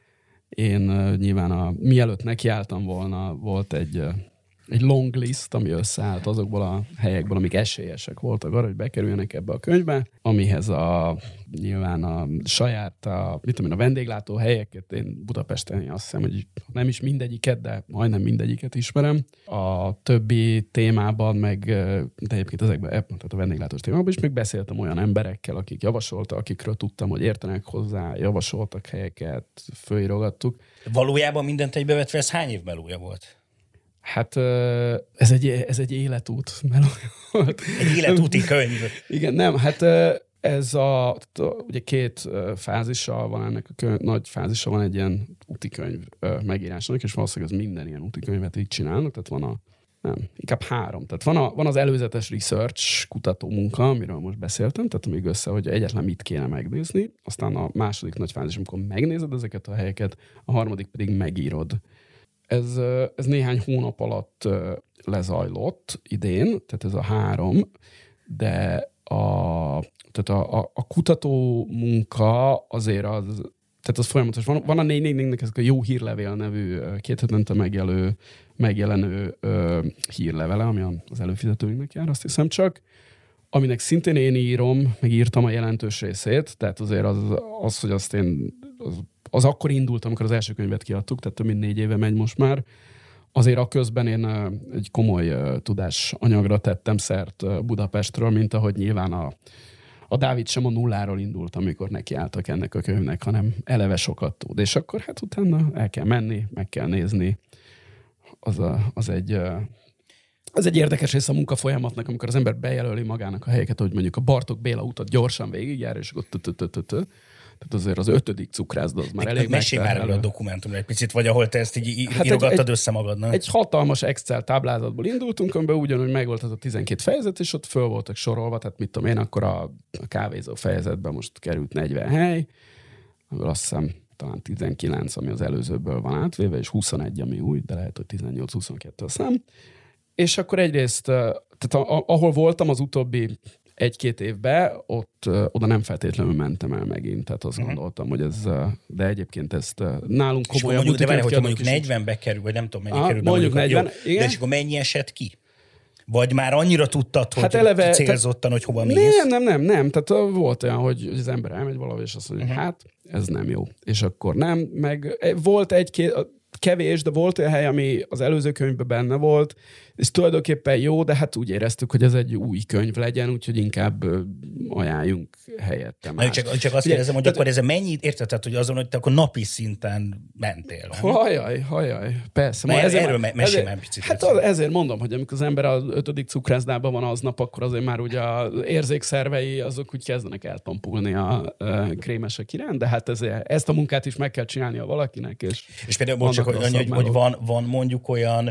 Én uh, nyilván a, mielőtt nekiálltam volna, volt egy, uh, egy long list, ami összeállt azokból a helyekből, amik esélyesek voltak arra, hogy bekerüljenek ebbe a könyvbe, amihez a, nyilván a saját, a, mit tudom én, a vendéglátó helyeket, én Budapesten azt hiszem, hogy nem is mindegyiket, de majdnem mindegyiket ismerem. A többi témában, meg de egyébként ezekben, tehát a vendéglátós témában is még beszéltem olyan emberekkel, akik javasoltak, akikről tudtam, hogy értenek hozzá, javasoltak helyeket, fölírogattuk. Valójában mindent egybevetve, ez hány év melója volt? Hát ez egy, ez egy életút melója volt. Egy életúti könyv. Igen, nem, hát ez a, ugye két fázisa van ennek a könyv, nagy fázisa van egy ilyen úti könyv megírásnak, és valószínűleg az minden ilyen úti könyvet így csinálnak, tehát van a, nem, inkább három. Tehát van, a, van az előzetes research kutató munka, amiről most beszéltem, tehát még össze, hogy egyetlen mit kéne megnézni, aztán a második nagy fázis, amikor megnézed ezeket a helyeket, a harmadik pedig megírod. Ez, ez néhány hónap alatt lezajlott idén, tehát ez a három, de a, tehát a, a, a kutató munka azért az, tehát az folyamatos. Van, van a négy négy négynek ezek a Jó Hírlevél nevű két hetente megjelő, megjelenő ö, hírlevele, ami az előfizetőinknek jár, azt hiszem csak, aminek szintén én írom, meg írtam a jelentős részét, tehát azért az, az hogy azt én az, az akkor indult, amikor az első könyvet kiadtuk, tehát több mint négy éve megy most már. Azért a közben én egy komoly tudásanyagra tettem szert Budapestről, mint ahogy nyilván a, a Dávid sem a nulláról indult, amikor nekiálltak ennek a könyvnek, hanem eleve sokat tud. És akkor hát utána el kell menni, meg kell nézni. Az, a, az egy... Ez egy érdekes része a munkafolyamatnak, amikor az ember bejelöli magának a helyeket, hogy mondjuk a Bartók Béla utat gyorsan végigjár, és akkor tehát azért az ötödik cukrászda az már elég mesélj már erről a dokumentumra egy picit, vagy ahol te ezt így hát írogattad egy, össze magadnak. Egy hatalmas Excel táblázatból indultunk, amiben ugyanúgy megvolt az a tizenkét fejezet, és ott föl voltak sorolva, tehát mit tudom én, akkor a, a kávézó fejezetben most került negyven hely, amiből azt hiszem talán tizenkilenc, ami az előzőből van átvéve, és huszonegy, ami új, de lehet, hogy tizennyolc-huszonkettő a szám. És akkor egyrészt, tehát a, ahol voltam az utóbbi egy-két évben, ott oda nem feltétlenül mentem el megint, tehát azt uh-huh. gondoltam, hogy ez, de egyébként ezt nálunk komolyabb. És mondjuk, de hogyha mondjuk negyvenbe kerül, vagy nem tudom, mennyi ah, kerül. Mondjuk, mondjuk negyven, jó, de és akkor mennyi esett ki? Vagy már annyira tudtad, hogy hát eleve, célzottan, hogy hova mész? Nem, nem, nem, nem. Tehát volt olyan, hogy az ember elmegy valahol, és azt mondja, uh-huh. hát ez nem jó. És akkor nem, meg volt egy-két, kevés, de volt olyan hely, ami az előző könyvben benne volt, és tulajdonképpen jó, de hát úgy éreztük, hogy ez egy új könyv legyen, úgyhogy inkább ajánljunk helyette már. Csak, csak azt kérdezem, hogy tehát, akkor ez mennyit érted, tehát, hogy azon, hogy te akkor napi szinten mentél? Hajaj, hajaj, persze. Ma ezért, erről mesélj már picit. Hát az, ezért mondom, hogy amikor az ember az ötödik cukrászdában van aznap, akkor azért már ugye az érzékszervei azok úgy kezdenek eltompulni a, a krémesek iránt, de hát ezért, ezt a munkát is meg kell csinálnia valakinek. És, és például most csak, hogy, hogy, hogy van, van mondjuk olyan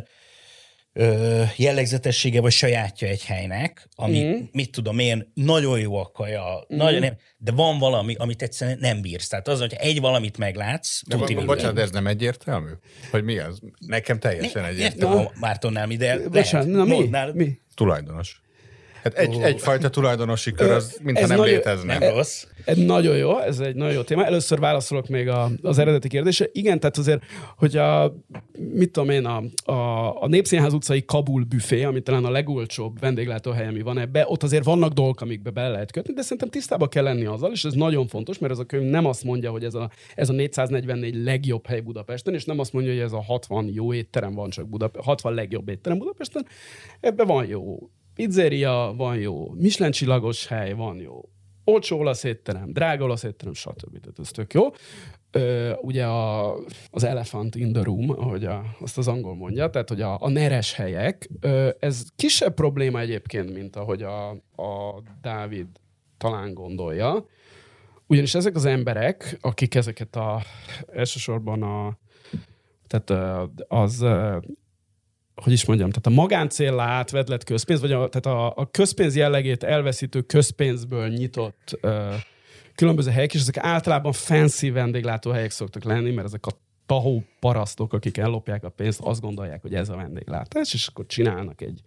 Ö, jellegzetessége vagy sajátja egy helynek, ami, mm. mit tudom én, nagyon jó a kaja, mm. nagyon nem, de van valami, amit egyszerűen nem bírsz. Tehát az, hogyha egy valamit meglátsz... De tuti, bo- bocsánat, de ez nem egyértelmű? Hogy mi az? Nekem teljesen ne, egyértelmű. Értem, Mártonnál mi, de bocsánat, na, mi? mi? Tulajdonos. Hát egy, oh. egyfajta tulajdonosi kör, az mintha nem nagyon, létezne. Nem rossz. Ez nagyon jó, ez egy nagyon jó téma. Először válaszolok még a, az eredeti kérdésre. Igen, tehát azért, hogy a, mit tudom én, a, a, a Népszínház utcai Kabul büfé, ami talán a legolcsóbb vendéglátóhely, ami van ebbe, ott azért vannak dolgok, amikbe bele lehet kötni, de szerintem tisztában kell lenni azzal, és ez nagyon fontos, mert ez a könyv nem azt mondja, hogy ez a, ez a négyszáznegyvennégy legjobb hely Budapesten, és nem azt mondja, hogy ez a hatvan jó étterem van csak Budapesten, hatvan legjobb étterem Budapesten. Ebben van jó pizzeria, van jó Michelin csillagos hely, van jó olcsó olasz étterem, drága olasz étterem, stb. Tehát ez tök jó. Ö, ugye a, az elephant in the room, ahogy a, azt az angol mondja, tehát hogy a, a neres helyek, ö, ez kisebb probléma egyébként, mint ahogy a, a Dávid talán gondolja. Ugyanis ezek az emberek, akik ezeket a, elsősorban a, tehát az hogy is mondjam, tehát a magáncéllá átvedlett közpénz, vagy a, tehát a, a közpénz jellegét elveszítő közpénzből nyitott ö, különböző helyek, és ezek általában fancy vendéglátóhelyek szoktak lenni, mert ezek a tahó parasztok, akik ellopják a pénzt, azt gondolják, hogy ez a vendéglátás, és akkor csinálnak egy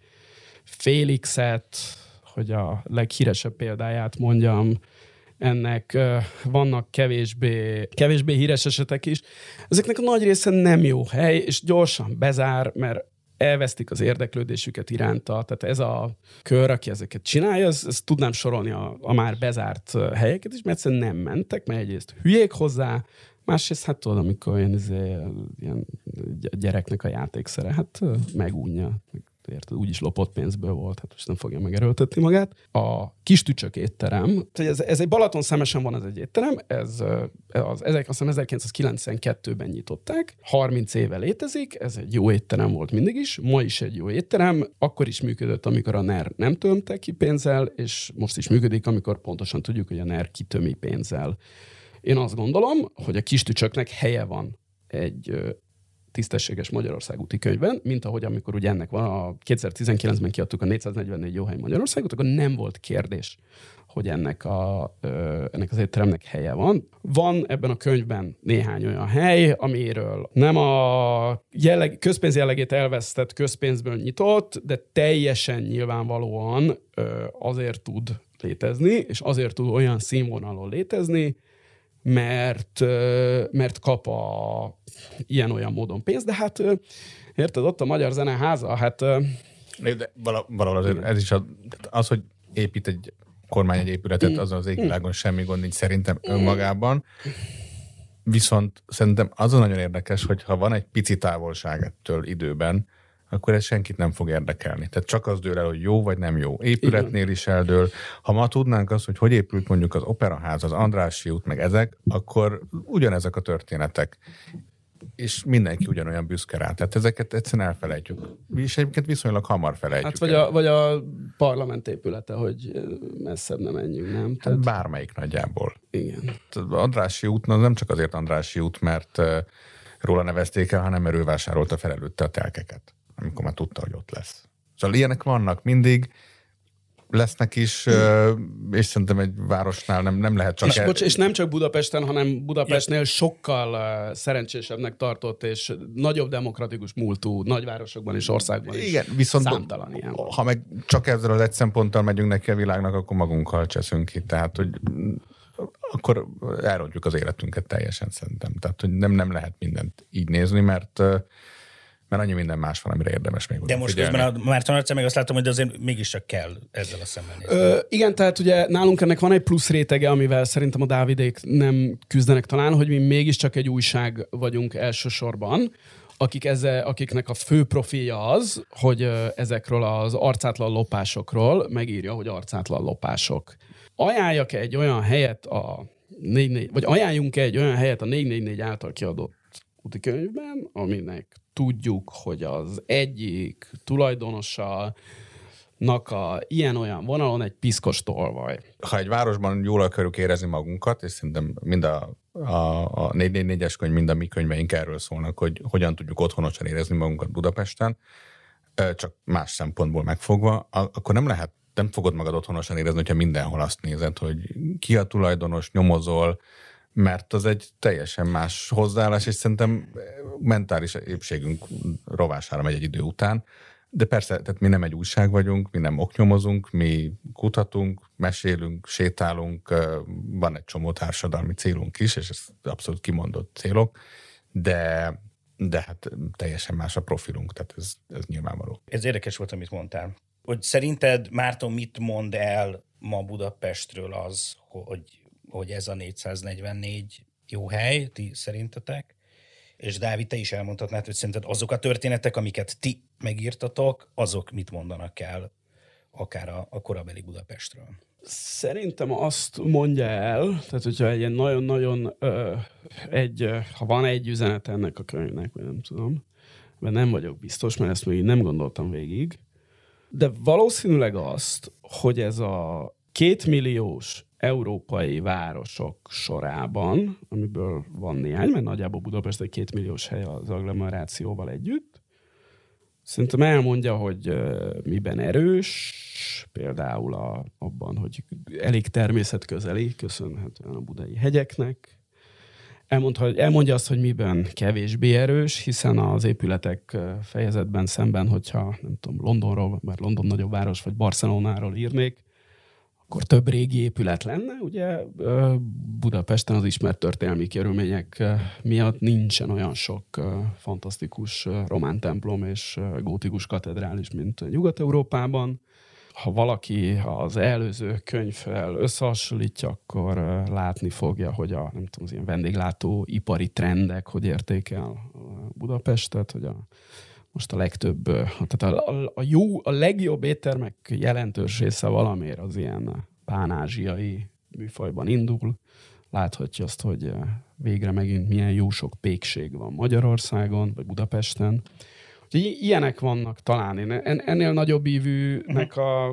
Félixet, hogy a leghíresebb példáját mondjam, ennek uh, vannak kevésbé, kevésbé híres esetek is. Ezeknek a nagy része nem jó hely, és gyorsan bezár, mert elvesztik az érdeklődésüket iránta. Tehát ez a kör, aki ezeket csinálja, ezt, ezt tudnám sorolni a, a már bezárt helyeket is, mert egyszerűen nem mentek, mert egyrészt hülyék hozzá, másrészt hát tudod, amikor ilyen, izé, ilyen gyereknek a játékszere, hát megúnja. Érted, úgyis lopott pénzből volt, hát most nem fogja megerőltetni magát. A Kis Tücsök étterem, ez, ez egy Balatonszemesen van, ez egy étterem, ez az, azt hiszem ezerkilencszázkilencvenkettőben nyitották, harminc éve létezik, ez egy jó étterem volt mindig is, ma is egy jó étterem, akkor is működött, amikor a NER nem tömte ki pénzzel, és most is működik, amikor pontosan tudjuk, hogy a NER kitömi pénzzel. Én azt gondolom, hogy a Kis Tücsöknek helye van egy tisztességes Magyarország úti könyvben, mint ahogy amikor ugye ennek van, a kétezer-tizenkilencben kiadtuk a négyszáznegyvennégy jó hely Magyarországot, akkor nem volt kérdés, hogy ennek, a, ennek az étteremnek helye van. Van ebben a könyvben néhány olyan hely, amiről nem a jelleg, közpénz jellegét elvesztett közpénzből nyitott, de teljesen nyilvánvalóan azért tud létezni, és azért tud olyan színvonalon létezni, mert, mert kap a ilyen-olyan módon pénzt, de hát érted, ott a Magyar Zeneháza, hát... De valahol azért ez is az, az, hogy épít egy kormány egy épületet, azon az égvilágon semmi gond nincs szerintem önmagában. Viszont szerintem azon nagyon érdekes, hogy ha van egy pici távolság ettől időben, akkor ez senkit nem fog érdekelni. Tehát csak az dől el, hogy jó vagy nem jó. Épületnél is eldől. Ha ma tudnánk azt, hogy hogy épült mondjuk az Operaház, az Andrássy út, meg ezek, akkor ugyanezek a történetek. És mindenki ugyanolyan büszke rá. Tehát ezeket egyszerűen elfelejtjük. És egyébként viszonylag hamar felejtjük. Hát vagy a, vagy a parlament épülete, hogy messzebb nem menjünk, nem? Tehát... Hát bármelyik nagyjából. Igen. Az Andrássy út, nem csak azért Andrássy út, mert róla nevezték el, hanem mert ő vásárolta fel előtte a telkeket, amikor már tudta, hogy ott lesz. Szóval ilyenek vannak mindig, lesznek is, és szerintem egy városnál nem, nem lehet csak... És, el... bocs, és nem csak Budapesten, hanem Budapestnél sokkal uh, szerencsésebbnek tartott, és nagyobb demokratikus múltú nagyvárosokban és országban is. Igen, viszont számtalan ilyen. Ha meg csak ezzel az egy szemponttal megyünk neki a világnak, akkor magunkkal cseszünk ki. Tehát, hogy akkor elrontjuk az életünket teljesen szerintem. Tehát, hogy nem, nem lehet mindent így nézni, mert mert annyi minden más van, amire érdemes még De most figyelni. közben a Márton Arca meg azt látom, hogy azért mégiscsak kell ezzel a szemben nézni. Ö, igen, tehát ugye nálunk ennek van egy plusz rétege, amivel szerintem a Dávidék nem küzdenek talán, hogy mi mégiscsak egy újság vagyunk elsősorban, akik ezzel, akiknek a fő profilja az, hogy ezekről az arcátlan lopásokról megírja, hogy arcátlan lopások. Ajánljak egy olyan helyet a négy négy, vagy ajánljunk egy olyan helyet a négy négy négy által kiadott úti könyvben, aminek tudjuk, hogy az egyik tulajdonosa a ilyen-olyan vonalon egy piszkos tolvaj. Ha egy városban jól akarjuk érezni magunkat, és szerintem mind a, a, a négy négy négyes könyv, mind a mi könyveink erről szólnak, hogy hogyan tudjuk otthonosan érezni magunkat Budapesten, csak más szempontból megfogva, akkor nem lehet, nem fogod magad otthonosan érezni, hogyha mindenhol azt nézed, hogy ki a tulajdonos, nyomozol, mert az egy teljesen más hozzáállás, és szerintem mentális épségünk rovására megy egy idő után. De persze, tehát mi nem egy újság vagyunk, mi nem oknyomozunk, mi kutatunk, mesélünk, sétálunk, van egy csomó társadalmi célunk is, és ez abszolút kimondott célok, de, de hát teljesen más a profilunk, tehát ez, ez nyilvánvaló. Ez érdekes volt, amit mondtál. Hogy szerinted, Márton, mit mond el ma Budapestről az, hogy hogy ez a négyszáznegyvennégy jó hely, ti szerintetek, és Dávid, te is elmondhatnád, hogy szerinted azok a történetek, amiket ti megírtatok, azok mit mondanak el akár a, a korabeli Budapestről? Szerintem azt mondja el, tehát hogyha egy ilyen nagyon-nagyon, ö, egy, ha van egy üzenet ennek a könyvnek, vagy nem tudom, mert nem vagyok biztos, mert ezt még nem gondoltam végig, de valószínűleg azt, hogy ez a kétmilliós európai városok sorában, amiből van néhány, mert nagyjából Budapest egy kétmilliós hely az agglomerációval együtt, Szerintem elmondja, hogy miben erős, például a, abban, hogy elég természetközeli, köszönhetően a budai hegyeknek. Elmondja, elmondja azt, hogy miben kevésbé erős, hiszen az épületek fejezetben szemben, hogyha nem tudom, Londonról, mert London nagyobb város, vagy Barcelonáról írnék, akkor több régi épület lenne. Ugye Budapesten az ismert történelmi körülmények miatt nincsen olyan sok fantasztikus román templom és gótikus katedrális, mint Nyugat-Európában. Ha valaki az előző könyvvel összehasonlítja, akkor látni fogja, hogy a, nem tudom, az ilyen vendéglátó ipari trendek, hogy értékel Budapestet, hogy a most a legtöbb, tehát a, a, a, jó, a legjobb éttermek jelentős része valamiért az ilyen pánázsiai műfajban indul. Láthatja azt, hogy végre megint milyen jó sok pékség van Magyarországon, vagy Budapesten. Úgyhogy ilyenek vannak talán. Én ennél nagyobb ívűnek a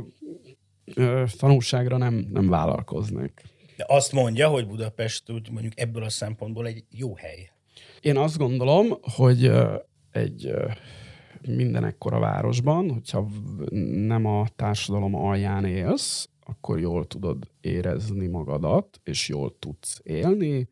ö, tanulságra nem, nem vállalkoznék. De azt mondja, hogy Budapest úgy mondjuk ebből a szempontból egy jó hely. Én azt gondolom, hogy egy minden ekkora városban, hogyha nem a társadalom alján élsz, akkor jól tudod érezni magadat, és jól tudsz élni,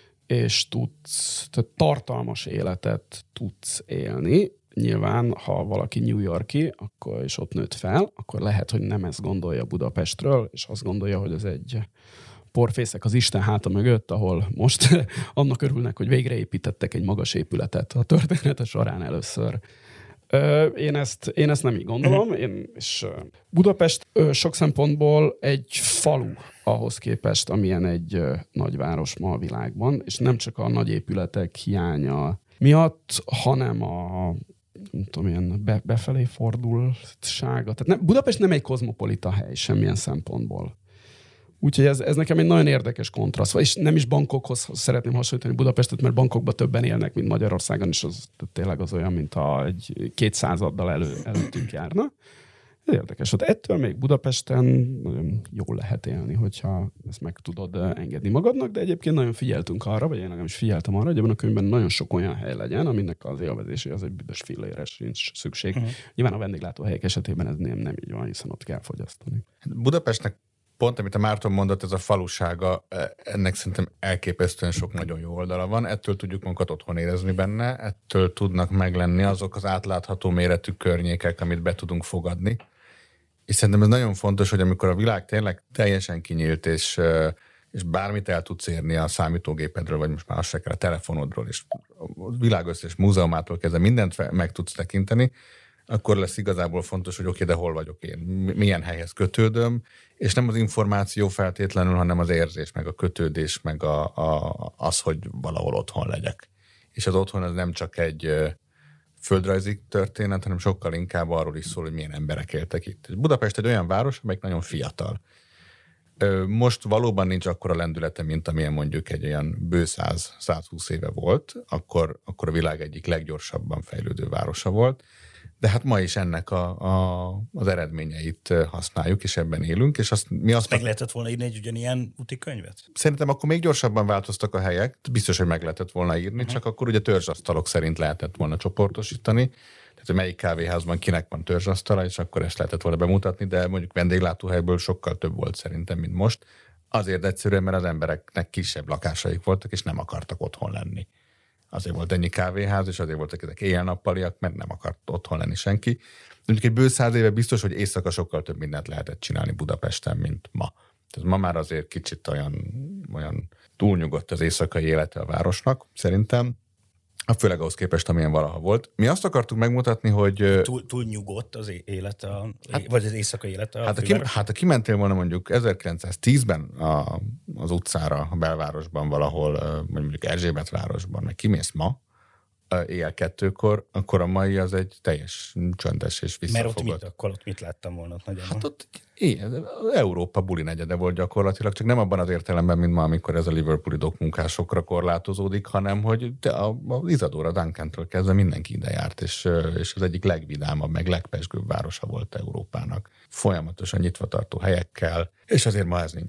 és tudsz, tehát tartalmas életet tudsz élni. Nyilván, ha valaki New Yorki, akkor, és ott nőtt fel, akkor lehet, hogy nem ezt gondolja Budapestről, és azt gondolja, hogy ez egy porfészek az Isten háta mögött, ahol most annak örülnek, hogy végre építettek egy magas épületet a története során először. Én ezt, én ezt nem így gondolom, én, és Budapest sok szempontból egy falu ahhoz képest, amilyen egy nagyváros ma a világban, és nem csak a nagy épületek hiánya miatt, hanem a nem tudom, ilyen be, befelé fordultsága. Tehát nem, Budapest nem egy kozmopolita hely semmilyen szempontból. Úgyhogy ez, ez nekem egy nagyon érdekes kontraszt. És nem is Bangkokhoz szeretném hasonlítani Budapestet, mert Bangkokban többen élnek, mint Magyarországon, és az tényleg az olyan, mint ha egy két századdal elő, előttünk járna. Ez érdekes. Hát ettől még Budapesten nagyon jól lehet élni, hogyha ezt meg tudod engedni magadnak, de egyébként nagyon figyeltünk arra, vagy én nekem is figyeltem arra, hogy ebben a könyvben nagyon sok olyan hely legyen, aminek az élvezésé az egy büdös fillére sincs szükség. Uh-huh. Nyilván a vendéglátóhelyek esetében ez nem, nem így van, hiszen ott kell fogyasztani. Budapestnek pont, amit a Márton mondott, ez a falusága, ennek szerintem elképesztően sok nagyon jó oldala van. Ettől tudjuk magunkat otthon érezni benne, ettől tudnak meglenni azok az átlátható méretű környékek, amit be tudunk fogadni. És szerintem ez nagyon fontos, hogy amikor a világ tényleg teljesen kinyílt, és, és bármit el tudsz érni a számítógépedről, vagy most már azt se kell a telefonodról, és a világ összes múzeumától kezdve mindent meg tudsz tekinteni, akkor lesz igazából fontos, hogy oké, de hol vagyok én, milyen helyhez kötődöm, és nem az információ feltétlenül, hanem az érzés, meg a kötődés, meg a, a, az, hogy valahol otthon legyek. És az otthon az nem csak egy földrajzi történet, hanem sokkal inkább arról is szól, hogy milyen emberek éltek itt. Budapest egy olyan város, amelyik nagyon fiatal. Most valóban nincs akkora lendülete, mint amilyen mondjuk egy olyan bő száz, százhúsz éve volt, akkor, akkor a világ egyik leggyorsabban fejlődő városa volt. De hát ma is ennek a, a, az eredményeit használjuk, és ebben élünk. És azt, mi azt meg lehetett volna írni egy ugyanilyen úti könyvet? Szerintem akkor még gyorsabban változtak a helyek. Biztos, hogy meg lehetett volna írni, uh-huh. csak akkor ugye törzsasztalok szerint lehetett volna csoportosítani. Tehát, hogy melyik kávéházban kinek van törzsasztala, és akkor ezt lehetett volna bemutatni, de mondjuk vendéglátóhelyből sokkal több volt szerintem, mint most. Azért egyszerűen, mert az embereknek kisebb lakásaik voltak, és nem akartak otthon lenni. Azért volt ennyi kávéház, és azért voltak ezek éjjel-nappaliak, mert nem akart otthon lenni senki. De mondjuk egy bő száz éve biztos, hogy éjszaka sokkal több mindent lehetett csinálni Budapesten, mint ma. Tehát ma már azért kicsit olyan, olyan túlnyugodt az éjszakai élete a városnak, szerintem. Főleg ahhoz képest, amilyen valaha volt. Mi azt akartuk megmutatni, hogy... Túl, túl nyugodt az élete, a, hát, vagy az éjszakai élete a hát, kim, hát ha kimentél volna mondjuk ezerkilencszáztízben a, az utcára, a belvárosban valahol, mondjuk Erzsébetvárosban, meg kimész ma, éjjel kettőkor, akkor a mai az egy teljes csöndes és visszafogott. Mert ott mit, akkor ott mit láttam volna? Ott nagyjából? Hát ott ilyen, Európa buli negyede volt gyakorlatilag, csak nem abban az értelemben, mint ma, amikor ez a liverpooli dokmunkásokra korlátozódik, hanem hogy az Isadora Duncantől kezdve mindenki ide járt, és, és az egyik legvidámabb, meg legpezsgőbb városa volt Európának. Folyamatosan nyitva tartó helyekkel, és azért ma ez nincsen.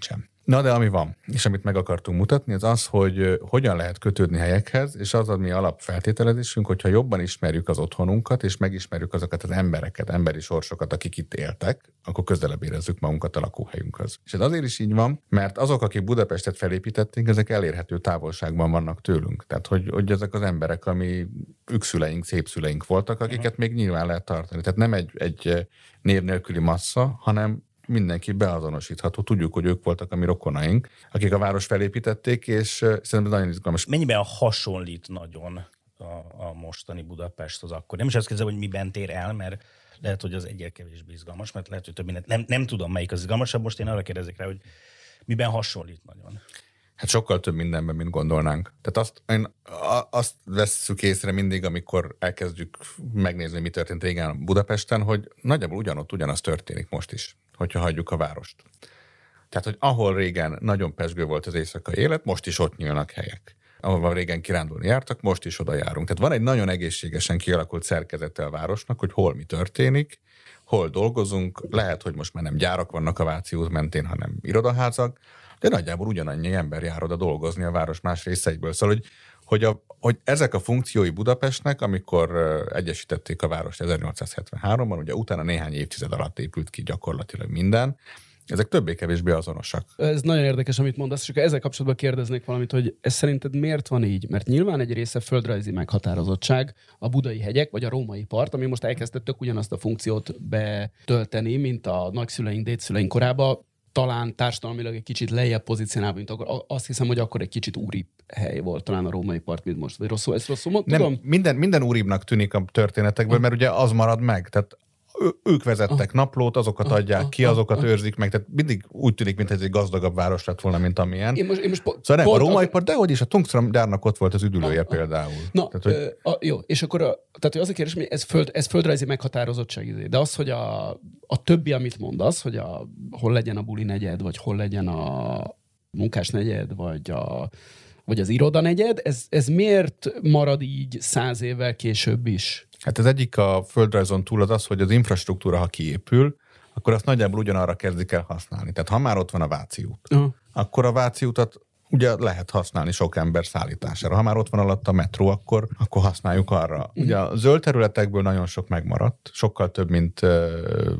Na, de ami van, és amit meg akartunk mutatni, az az, hogy hogyan lehet kötődni helyekhez, és az a mi alapfeltételezésünk, hogyha jobban ismerjük az otthonunkat, és megismerjük azokat az embereket, emberi sorsokat, akik itt éltek, akkor közelebb érezzük magunkat a lakóhelyünkhöz. És ez azért is így van, mert azok, akik Budapestet felépítették, ezek elérhető távolságban vannak tőlünk. Tehát, hogy, hogy ezek az emberek, ami ükszüleink, szépszüleink voltak, akiket még nyilván lehet tartani. Tehát nem egy, egy név nélküli massza, hanem mindenki beazonosítható. Tudjuk, hogy ők voltak a mi rokonaink, akik a város felépítették, és szerintem ez nagyon izgalmas. Mennyiben hasonlít nagyon a, a mostani Budapest az akkor? Nem is azt kérdezem, hogy miben tér el, mert lehet, hogy az egyel kevésbé izgalmas, mert lehet, hogy több mindent. Nem, nem tudom, melyik az izgalmasabb. Most én arra kérdezek rá, hogy miben hasonlít nagyon. Hát sokkal több mindenben, mint gondolnánk. Tehát azt, én, azt vesszük észre mindig, amikor elkezdjük megnézni, mi történt régen Budapesten, hogy nagyjából ugyanott ugyanaz történik most is, hogyha hagyjuk a várost. Tehát, hogy ahol régen nagyon pezsgő volt az éjszakai élet, most is ott nyílnak helyek. Ahol régen kirándulni jártak, most is oda járunk. Tehát van egy nagyon egészségesen kialakult szerkezete a városnak, hogy hol mi történik, hol dolgozunk. Lehet, hogy most már nem gyárak vannak a Váci út mentén, hanem irodaházak, de nagyjából ugyanannyi ember jár oda dolgozni a város más részeiből. Szóval, hogy, hogy, a, hogy ezek a funkciói Budapestnek, amikor egyesítették a várost ezernyolcszázhetvenháromban, ugye utána néhány évtized alatt épült ki gyakorlatilag minden, ezek többé-kevésbé azonosak. Ez nagyon érdekes, amit mondasz, és akkor ezzel kapcsolatban kérdeznék valamit, hogy ez szerinted miért van így? Mert nyilván egy része földrajzi meghatározottság, a budai hegyek, vagy a római part, ami most elkezdtettük ugyanazt a funkciót betölteni, mint a nagyszüleink, dédszüleink korában, talán társadalmilag egy kicsit lejjebb pozícionálva, mint akkor. Azt hiszem, hogy akkor egy kicsit úribb hely volt talán a római part, mint most. Vagy rosszul, ezt rosszul mondtam? Nem, minden, minden úribbnak tűnik a történetekből, ah. mert ugye az marad meg. Tehát ők vezettek ah. naplót, azokat ah. adják ah. ki, azokat ah. őrzik meg. Tehát mindig úgy tűnik, mintha ez egy gazdagabb város lett volna, mint amilyen. Én most, én most po- szóval nem, a római part, de hogy is, a Tungstram gyárnak ott volt az üdülője ah. például. Na, tehát, hogy... ö, a, jó, és akkor a, tehát, hogy az a kérdés, hogy ez, föld, ez földrajzi meghatározottság, de az, hogy a, a többi, amit mondasz, hogy a, hol legyen a buli negyed, vagy hol legyen a munkás negyed, vagy a vagy az iroda negyed, ez, ez miért marad így száz évvel később is? Hát az egyik a földrajzon túl az az, hogy az infrastruktúra, ha kiépül, akkor azt nagyjából ugyanarra kezdik el használni. Tehát ha már ott van a Váci út, uh-huh. akkor a Váci utat ugye lehet használni sok ember szállítására. Ha már ott van alatt a metró, akkor, akkor használjuk arra. Uh-huh. Ugye a zöld területekből nagyon sok megmaradt, sokkal több, mint uh,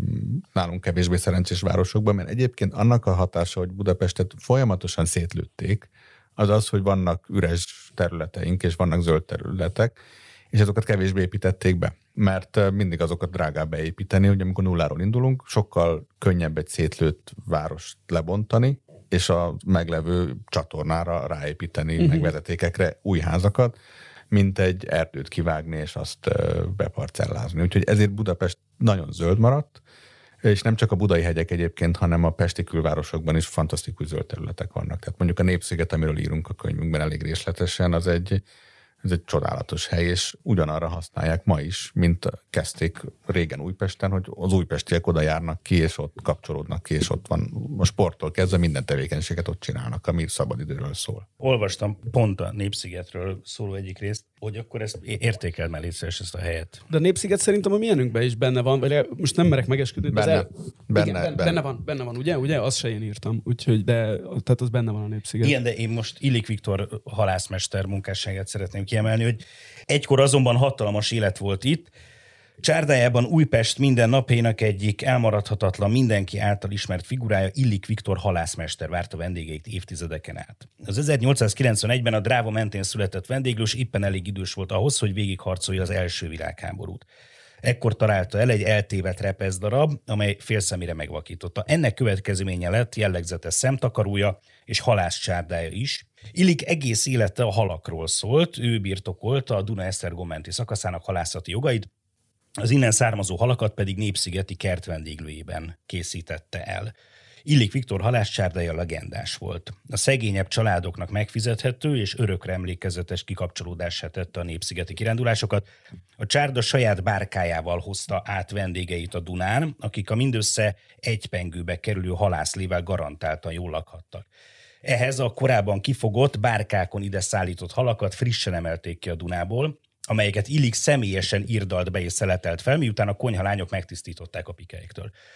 nálunk kevésbé szerencsés városokban, mert egyébként annak a hatása, hogy Budapestet folyamatosan szétlőtték, az az, hogy vannak üres területeink, és vannak zöld területek, és azokat kevésbé építették be. Mert mindig azokat drágább beépíteni, hogy amikor nulláról indulunk, sokkal könnyebb egy szétlőtt várost lebontani, és a meglevő csatornára ráépíteni, uh-huh. meg vezetékekre új házakat, mint egy erdőt kivágni, és azt beparcellázni. Úgyhogy ezért Budapest nagyon zöld maradt, és nem csak a budai hegyek egyébként, hanem a pesti külvárosokban is fantasztikus zöld területek vannak. Tehát mondjuk a Népsziget, amiről írunk a könyvünkben elég részletesen, az egy, ez egy csodálatos hely, és ugyanarra használják ma is, mint kezdték régen Újpesten, hogy az újpestiek oda járnak ki, és ott kapcsolódnak ki, és ott van a sporttól kezdve minden tevékenységet ott csinálnak, ami szabadidőről szól. Olvastam pont a Népszigetről szóló egyik részt, hogy akkor ezt értékeld már létszeres ezt a helyet. De a Népsziget szerintem a miénünkben is benne van, vagy most nem merek megesküdni. Benne, el... benne, igen, benne, benne, van, benne van, ugye? Ugye? Azt se én írtam, úgyhogy, de tehát az benne van a Népsziget. Igen, de én most Illik Viktor halászmester munkásságát szeretném kiemelni, hogy egykor azonban hatalmas élet volt itt. Csárdájában Újpest minden napjának egyik elmaradhatatlan, mindenki által ismert figurája, Illik Viktor halászmester várta vendégeit évtizedeken át. Az ezernyolcszázkilencvenegyben a Dráva mentén született vendéglős éppen elég idős volt ahhoz, hogy végigharcolja az első világháborút. Ekkor találta el egy eltévedt repeszdarab, amely félszemére megvakította. Ennek következménye lett jellegzetes szemtakarója és halászcsárdája is. Illik egész élete a halakról szólt, ő birtokolta a Duna-Esztergom menti szakaszának halászati jogait, az innen származó halakat pedig népszigeti kert vendéglőjében készítette el. Illik Viktor halászcsárdája legendás volt. A szegényebb családoknak megfizethető és örökre emlékezetes kikapcsolódásá tette a népszigeti kirándulásokat. A csárda saját bárkájával hozta át vendégeit a Dunán, akik a mindössze egy pengőbe kerülő halászlével garantáltan jól lakhattak. Ehhez a korábban kifogott bárkákon ide szállított halakat frissen emelték ki a Dunából, amelyeket Illik személyesen irdalt be és szeletelt fel, miután a konyhalányok megtisztították a pikeiktől.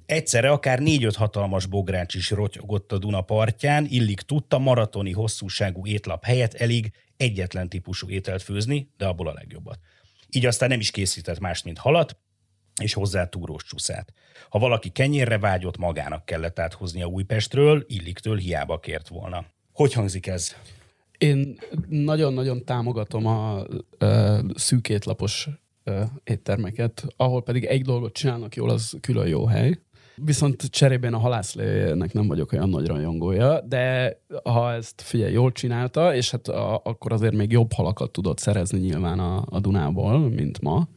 Egyszerre akár négy-öt hatalmas bogrács is rotyogott a Duna partján, illik tudta maratoni hosszúságú étlap helyett elég egyetlen típusú ételt főzni, de abból a legjobbat. Így aztán nem is készített más, mint halat, és hozzá túrós csuszát. Ha valaki kenyérre vágyott, magának kellett áthoznia Újpestről, Illiktől hiába kért volna. Hogy hangzik ez? Én nagyon-nagyon támogatom a ö, szűk étlapos ö, éttermeket, ahol pedig egy dolgot csinálnak jól, az külön jó hely. Viszont cserében a halászlének nem vagyok olyan nagy rajongója, de ha ezt figyelj, jól csinálta, és hát a, akkor azért még jobb halakat tudott szerezni nyilván a, a Dunából, mint ma,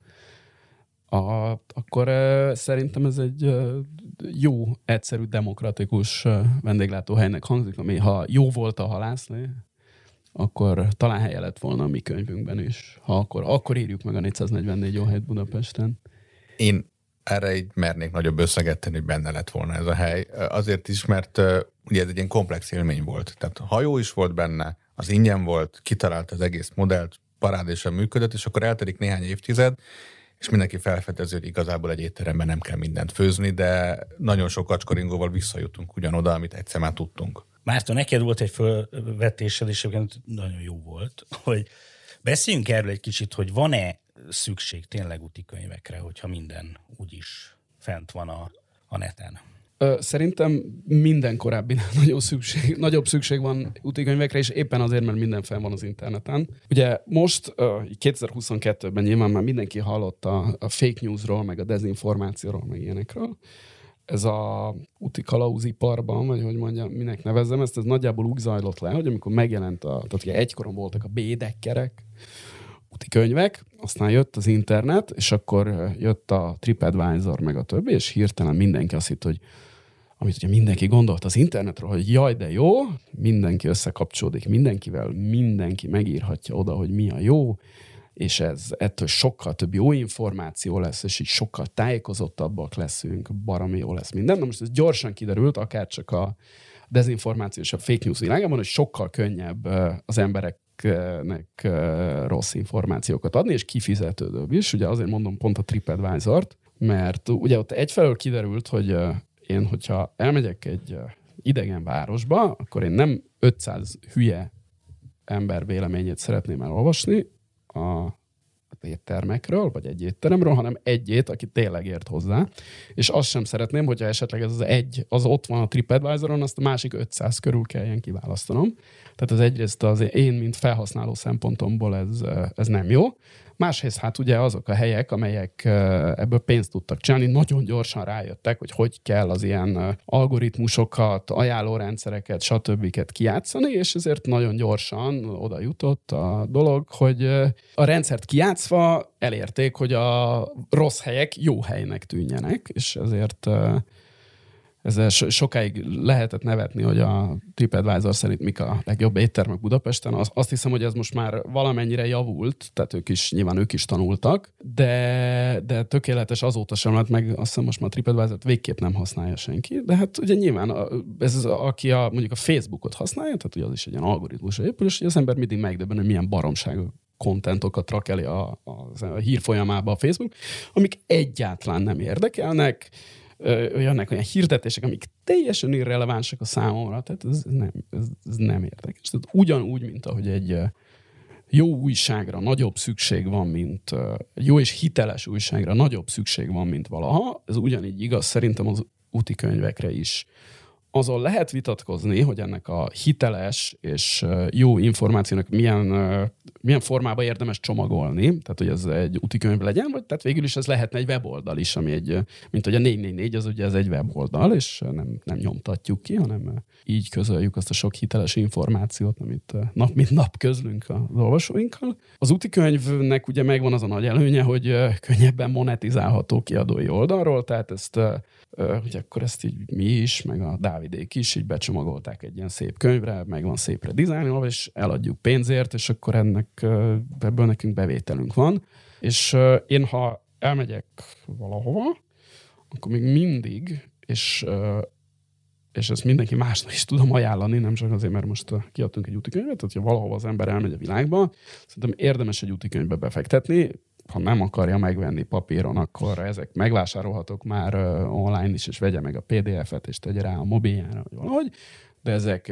a, akkor uh, szerintem ez egy uh, jó, egyszerű, demokratikus uh, vendéglátóhelynek hangzik, ami ha jó volt a halászlé, akkor talán helye lett volna a mi könyvünkben is. Ha akkor, akkor írjuk meg a négyszáznegyvennégy jó helyet Budapesten. Én erre így mernék nagyobb összeget tenni, hogy benne lett volna ez a hely. Azért is, mert uh, ugye ez egy ilyen komplex élmény volt. Tehát hajó is volt benne, az ingyen volt, kitalált az egész modellt, parádésen működött, és akkor eltelik néhány évtized, és mindenki felfedezi, hogy igazából egy étteremben nem kell mindent főzni, de nagyon sok kacskaringóval visszajutunk ugyanoda, amit egyszer már tudtunk. Márton, neked volt egy fölvetésed, és nagyon jó volt, hogy beszéljünk erről egy kicsit, hogy van-e szükség tényleg útikönyvekre, hogyha minden úgyis fent van a, a neten? Szerintem minden korábbinál nagyon szükség, nagyobb szükség van útikönyvekre, és éppen azért, mert minden fenn van az interneten. Ugye most, kétezer-huszonkettőben nyilván már mindenki hallott a, a fake newsról, meg a dezinformációról, meg ilyenekről. Ez a úti kalauziparban, vagy hogy mondjam, minek nevezzem, ezt ez nagyjából úgy zajlott le, hogy amikor megjelent a, tehát ugye egykoron voltak a bédekkerek, úti könyvek, aztán jött az internet, és akkor jött a TripAdvisor, meg a többi, és hirtelen mindenki azt hitt, hogy amit ugye mindenki gondolt az internetről, hogy jaj, de jó, mindenki összekapcsolódik mindenkivel, mindenki megírhatja oda, hogy mi a jó, és ez ettől sokkal több jó információ lesz, és így sokkal tájékozottabbak leszünk, baromi jó lesz minden. Na most ez gyorsan kiderült, akár csak a dezinformáció és a fake news világában, hogy sokkal könnyebb az embereknek rossz információkat adni, és kifizetődőbb is. Ugye azért mondom pont a TripAdvisor-t, mert ugye ott egyfelől kiderült, hogy én, hogyha elmegyek egy idegen városba, akkor én nem ötszáz hülye ember véleményét szeretném elolvasni a éttermekről, vagy egy étteremről, hanem egyét, aki tényleg ért hozzá. És azt sem szeretném, hogyha esetleg ez az egy, az ott van a TripAdvisoron, azt a másik ötszáz körül kelljen kiválasztanom. Tehát az egyrészt az én, mint felhasználó szempontomból ez, ez nem jó. Másrészt hát ugye azok a helyek, amelyek ebből pénzt tudtak csinálni, nagyon gyorsan rájöttek, hogy hogy kell az ilyen algoritmusokat, ajánlórendszereket, stb. Kijátszani, és ezért nagyon gyorsan oda jutott a dolog, hogy a rendszert kijátszva elérték, hogy a rossz helyek jó helynek tűnjenek, és ezért ezzel sokáig lehetett nevetni, hogy a TripAdvisor szerint mik a legjobb éttermek Budapesten. Azt hiszem, hogy ez most már valamennyire javult, tehát ők is, nyilván ők is tanultak, de, de tökéletes azóta sem lett meg, azt hiszem most már a TripAdvisort végképp nem használja senki, de hát ugye nyilván ez az, aki a, mondjuk a Facebookot használja, tehát ugye az is egy ilyen algoritmusra épül, és az ember mindig megdöbben, hogy milyen baromságú kontentokat rak elé a, a, a hírfolyamába a Facebook, amik egyáltalán nem érdekelnek, olyannak olyan hirdetések, amik teljesen irrelevánsak a számomra, tehát ez nem, ez, ez nem érdekes. Tehát ugyanúgy, mint ahogy egy jó újságra nagyobb szükség van, mint jó és hiteles újságra nagyobb szükség van, mint valaha, ez ugyanígy igaz szerintem az úti könyvekre is. Azon lehet vitatkozni, hogy ennek a hiteles és jó információnak milyen, milyen formában érdemes csomagolni, tehát hogy ez egy útikönyv legyen, vagy tehát végül is ez lehetne egy weboldal is, ami egy, mint hogy a négy négy négy, az ugye ez egy weboldal, és nem, nem nyomtatjuk ki, hanem így közöljük azt a sok hiteles információt, amit nap mint nap közlünk az olvasóinkkal. Az útikönyvnek ugye megvan az a nagy előnye, hogy könnyebben monetizálható kiadói oldalról, tehát ezt hogy akkor ezt így mi is, meg a Dávidék is így becsomagolták egy ilyen szép könyvre, meg van szépre dizájnolva, és eladjuk pénzért, és akkor ennek ebből nekünk bevételünk van. És én, ha elmegyek valahova, akkor még mindig, és, és ezt mindenki másnak is tudom ajánlani, nem csak azért, mert most kiadtunk egy útikönyvet, tehát ha valahova az ember elmegy a világba, szerintem érdemes egy útikönyvbe befektetni, ha nem akarja megvenni papíron, akkor ezek megvásárolhatók már online is, és vegye meg a pé dé ef-et, és tegye rá a mobiljára, vagy valahogy. De ezek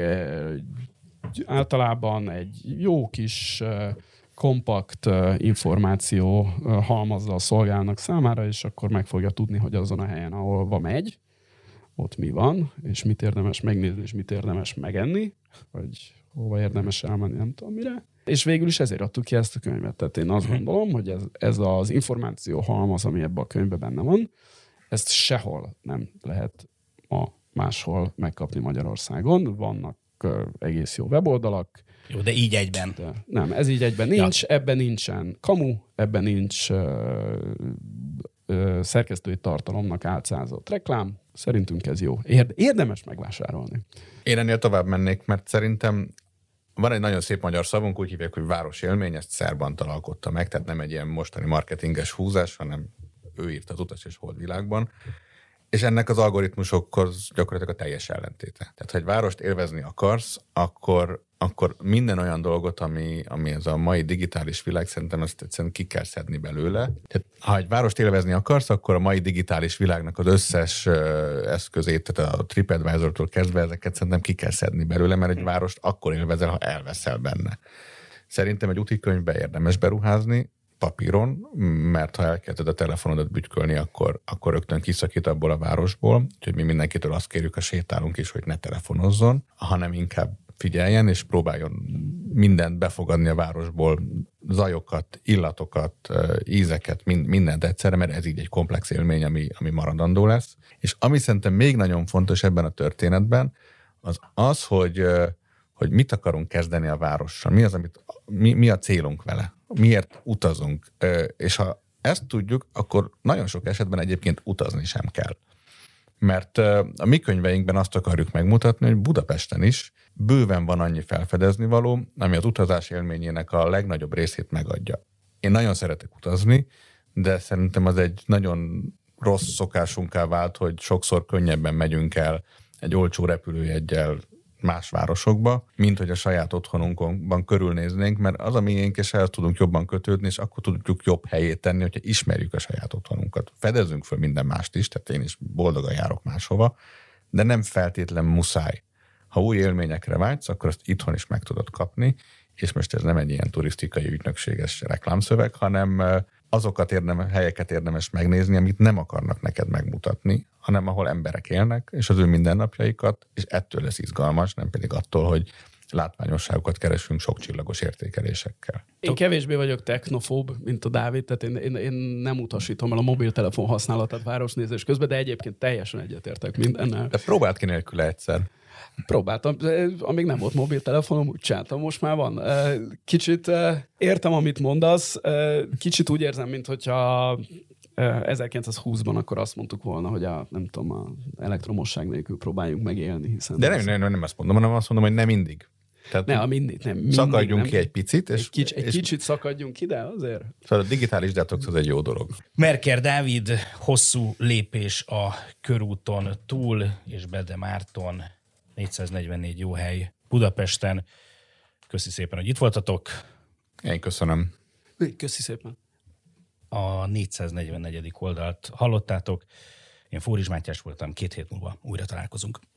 általában egy jó kis kompakt információ halmazzal szolgálnak számára, és akkor meg fogja tudni, hogy azon a helyen, ahol megy, ott mi van, és mit érdemes megnézni, és mit érdemes megenni, vagy hova érdemes elmenni, nem tudom mire. És végül is ezért adtuk ki ezt a könyvet. Tehát én azt gondolom, hogy ez, ez az információ halmaz, ami ebben a könyvben benne van, ezt sehol nem lehet ma máshol megkapni Magyarországon. Vannak uh, egész jó weboldalak. Jó, de így egyben. De nem, ez így egyben nincs, ja. Ebben nincsen kamu, ebben nincs uh, uh, szerkesztői tartalomnak álcázott reklám. Szerintünk ez jó. Érde, érdemes megvásárolni. Én ennél tovább mennék, mert szerintem van egy nagyon szép magyar szavunk, úgy hívják, hogy városélmény, ezt Szerb Antal alkotta meg, tehát nem egy ilyen mostani marketinges húzás, hanem ő írt az Utas és Hold világban. És ennek az algoritmusokhoz gyakorlatilag a teljes ellentéte. Tehát, ha egy várost élvezni akarsz, akkor, akkor minden olyan dolgot, ami, ami ez a mai digitális világ, szerintem ezt egyszerűen ki kell szedni belőle. Tehát, ha egy várost élvezni akarsz, akkor a mai digitális világnak az összes uh, eszközét, tehát a TripAdvisor-tól kezdve ezeket szerintem ki kell szedni belőle, mert egy várost akkor élvezel, ha elveszel benne. Szerintem egy útikönyvbe érdemes beruházni, papíron, mert ha elkezded a telefonodat bütykölni, akkor, akkor rögtön kiszakít abból a városból, úgyhogy mi mindenkitől azt kérjük, ha sétálunk is, hogy ne telefonozzon, hanem inkább figyeljen, és próbáljon mindent befogadni a városból, zajokat, illatokat, ízeket, mind, mindent egyszerre, mert ez így egy komplex élmény, ami, ami maradandó lesz. És ami szerintem még nagyon fontos ebben a történetben, az az, hogy, hogy mit akarunk kezdeni a várossal, mi az, amit, mi, mi a célunk vele. Miért utazunk? És ha ezt tudjuk, akkor nagyon sok esetben egyébként utazni sem kell. Mert a mi könyveinkben azt akarjuk megmutatni, hogy Budapesten is bőven van annyi felfedezni való, ami az utazás élményének a legnagyobb részét megadja. Én nagyon szeretek utazni, de szerintem az egy nagyon rossz szokásunká vált, hogy sokszor könnyebben megyünk el egy olcsó repülőjeggyel más városokba, mint hogy a saját otthonunkban körülnéznénk, mert az a miénk, és el tudunk jobban kötődni, és akkor tudjuk jobb helyét tenni, hogyha ismerjük a saját otthonunkat. Fedezzünk föl minden mást is, tehát én is boldogan járok máshova, de nem feltétlen muszáj. Ha új élményekre vágysz, akkor azt itthon is meg tudod kapni, és most ez nem egy ilyen turisztikai ügynökséges reklámszöveg, hanem azokat érdemes, helyeket érdemes megnézni, amit nem akarnak neked megmutatni, hanem ahol emberek élnek, és az ő mindennapjaikat, és ettől lesz izgalmas, nem pedig attól, hogy látványosságokat keresünk sok csillagos értékelésekkel. Én kevésbé vagyok technofób, mint a Dávid, tehát én, én, én nem utasítom el a mobiltelefon használatát városnézés közben, de egyébként teljesen egyetértek mindennel. De próbáld ki nélküle egyszer. Próbáltam, amíg nem volt mobiltelefonom, úgy csináltam, most már van. Kicsit értem, amit mondasz, kicsit úgy érzem, mint hogyha ezerkilencszázhúszban akkor azt mondtuk volna, hogy a, nem tudom, a elektromosság nélkül próbáljunk megélni, hiszen... De nem, nem, nem, nem azt mondom, hanem azt mondom, hogy nem mindig. Tehát ne, mindig, nem, mindig szakadjunk nem. ki egy picit. És, egy, kics, egy és kicsit szakadjunk ki, de azért... Szóval a digitális detox az egy jó dolog. Merker Dávid, hosszú lépés a körúton túl, és Bede Márton, négyszáznegyvennégy jó hely Budapesten. Köszi szépen, hogy itt voltatok. Én köszönöm. Köszi szépen. A négyszáznegyvennegyedik oldalt hallottátok. Én Fóris Mátyás voltam, két hét múlva újra találkozunk.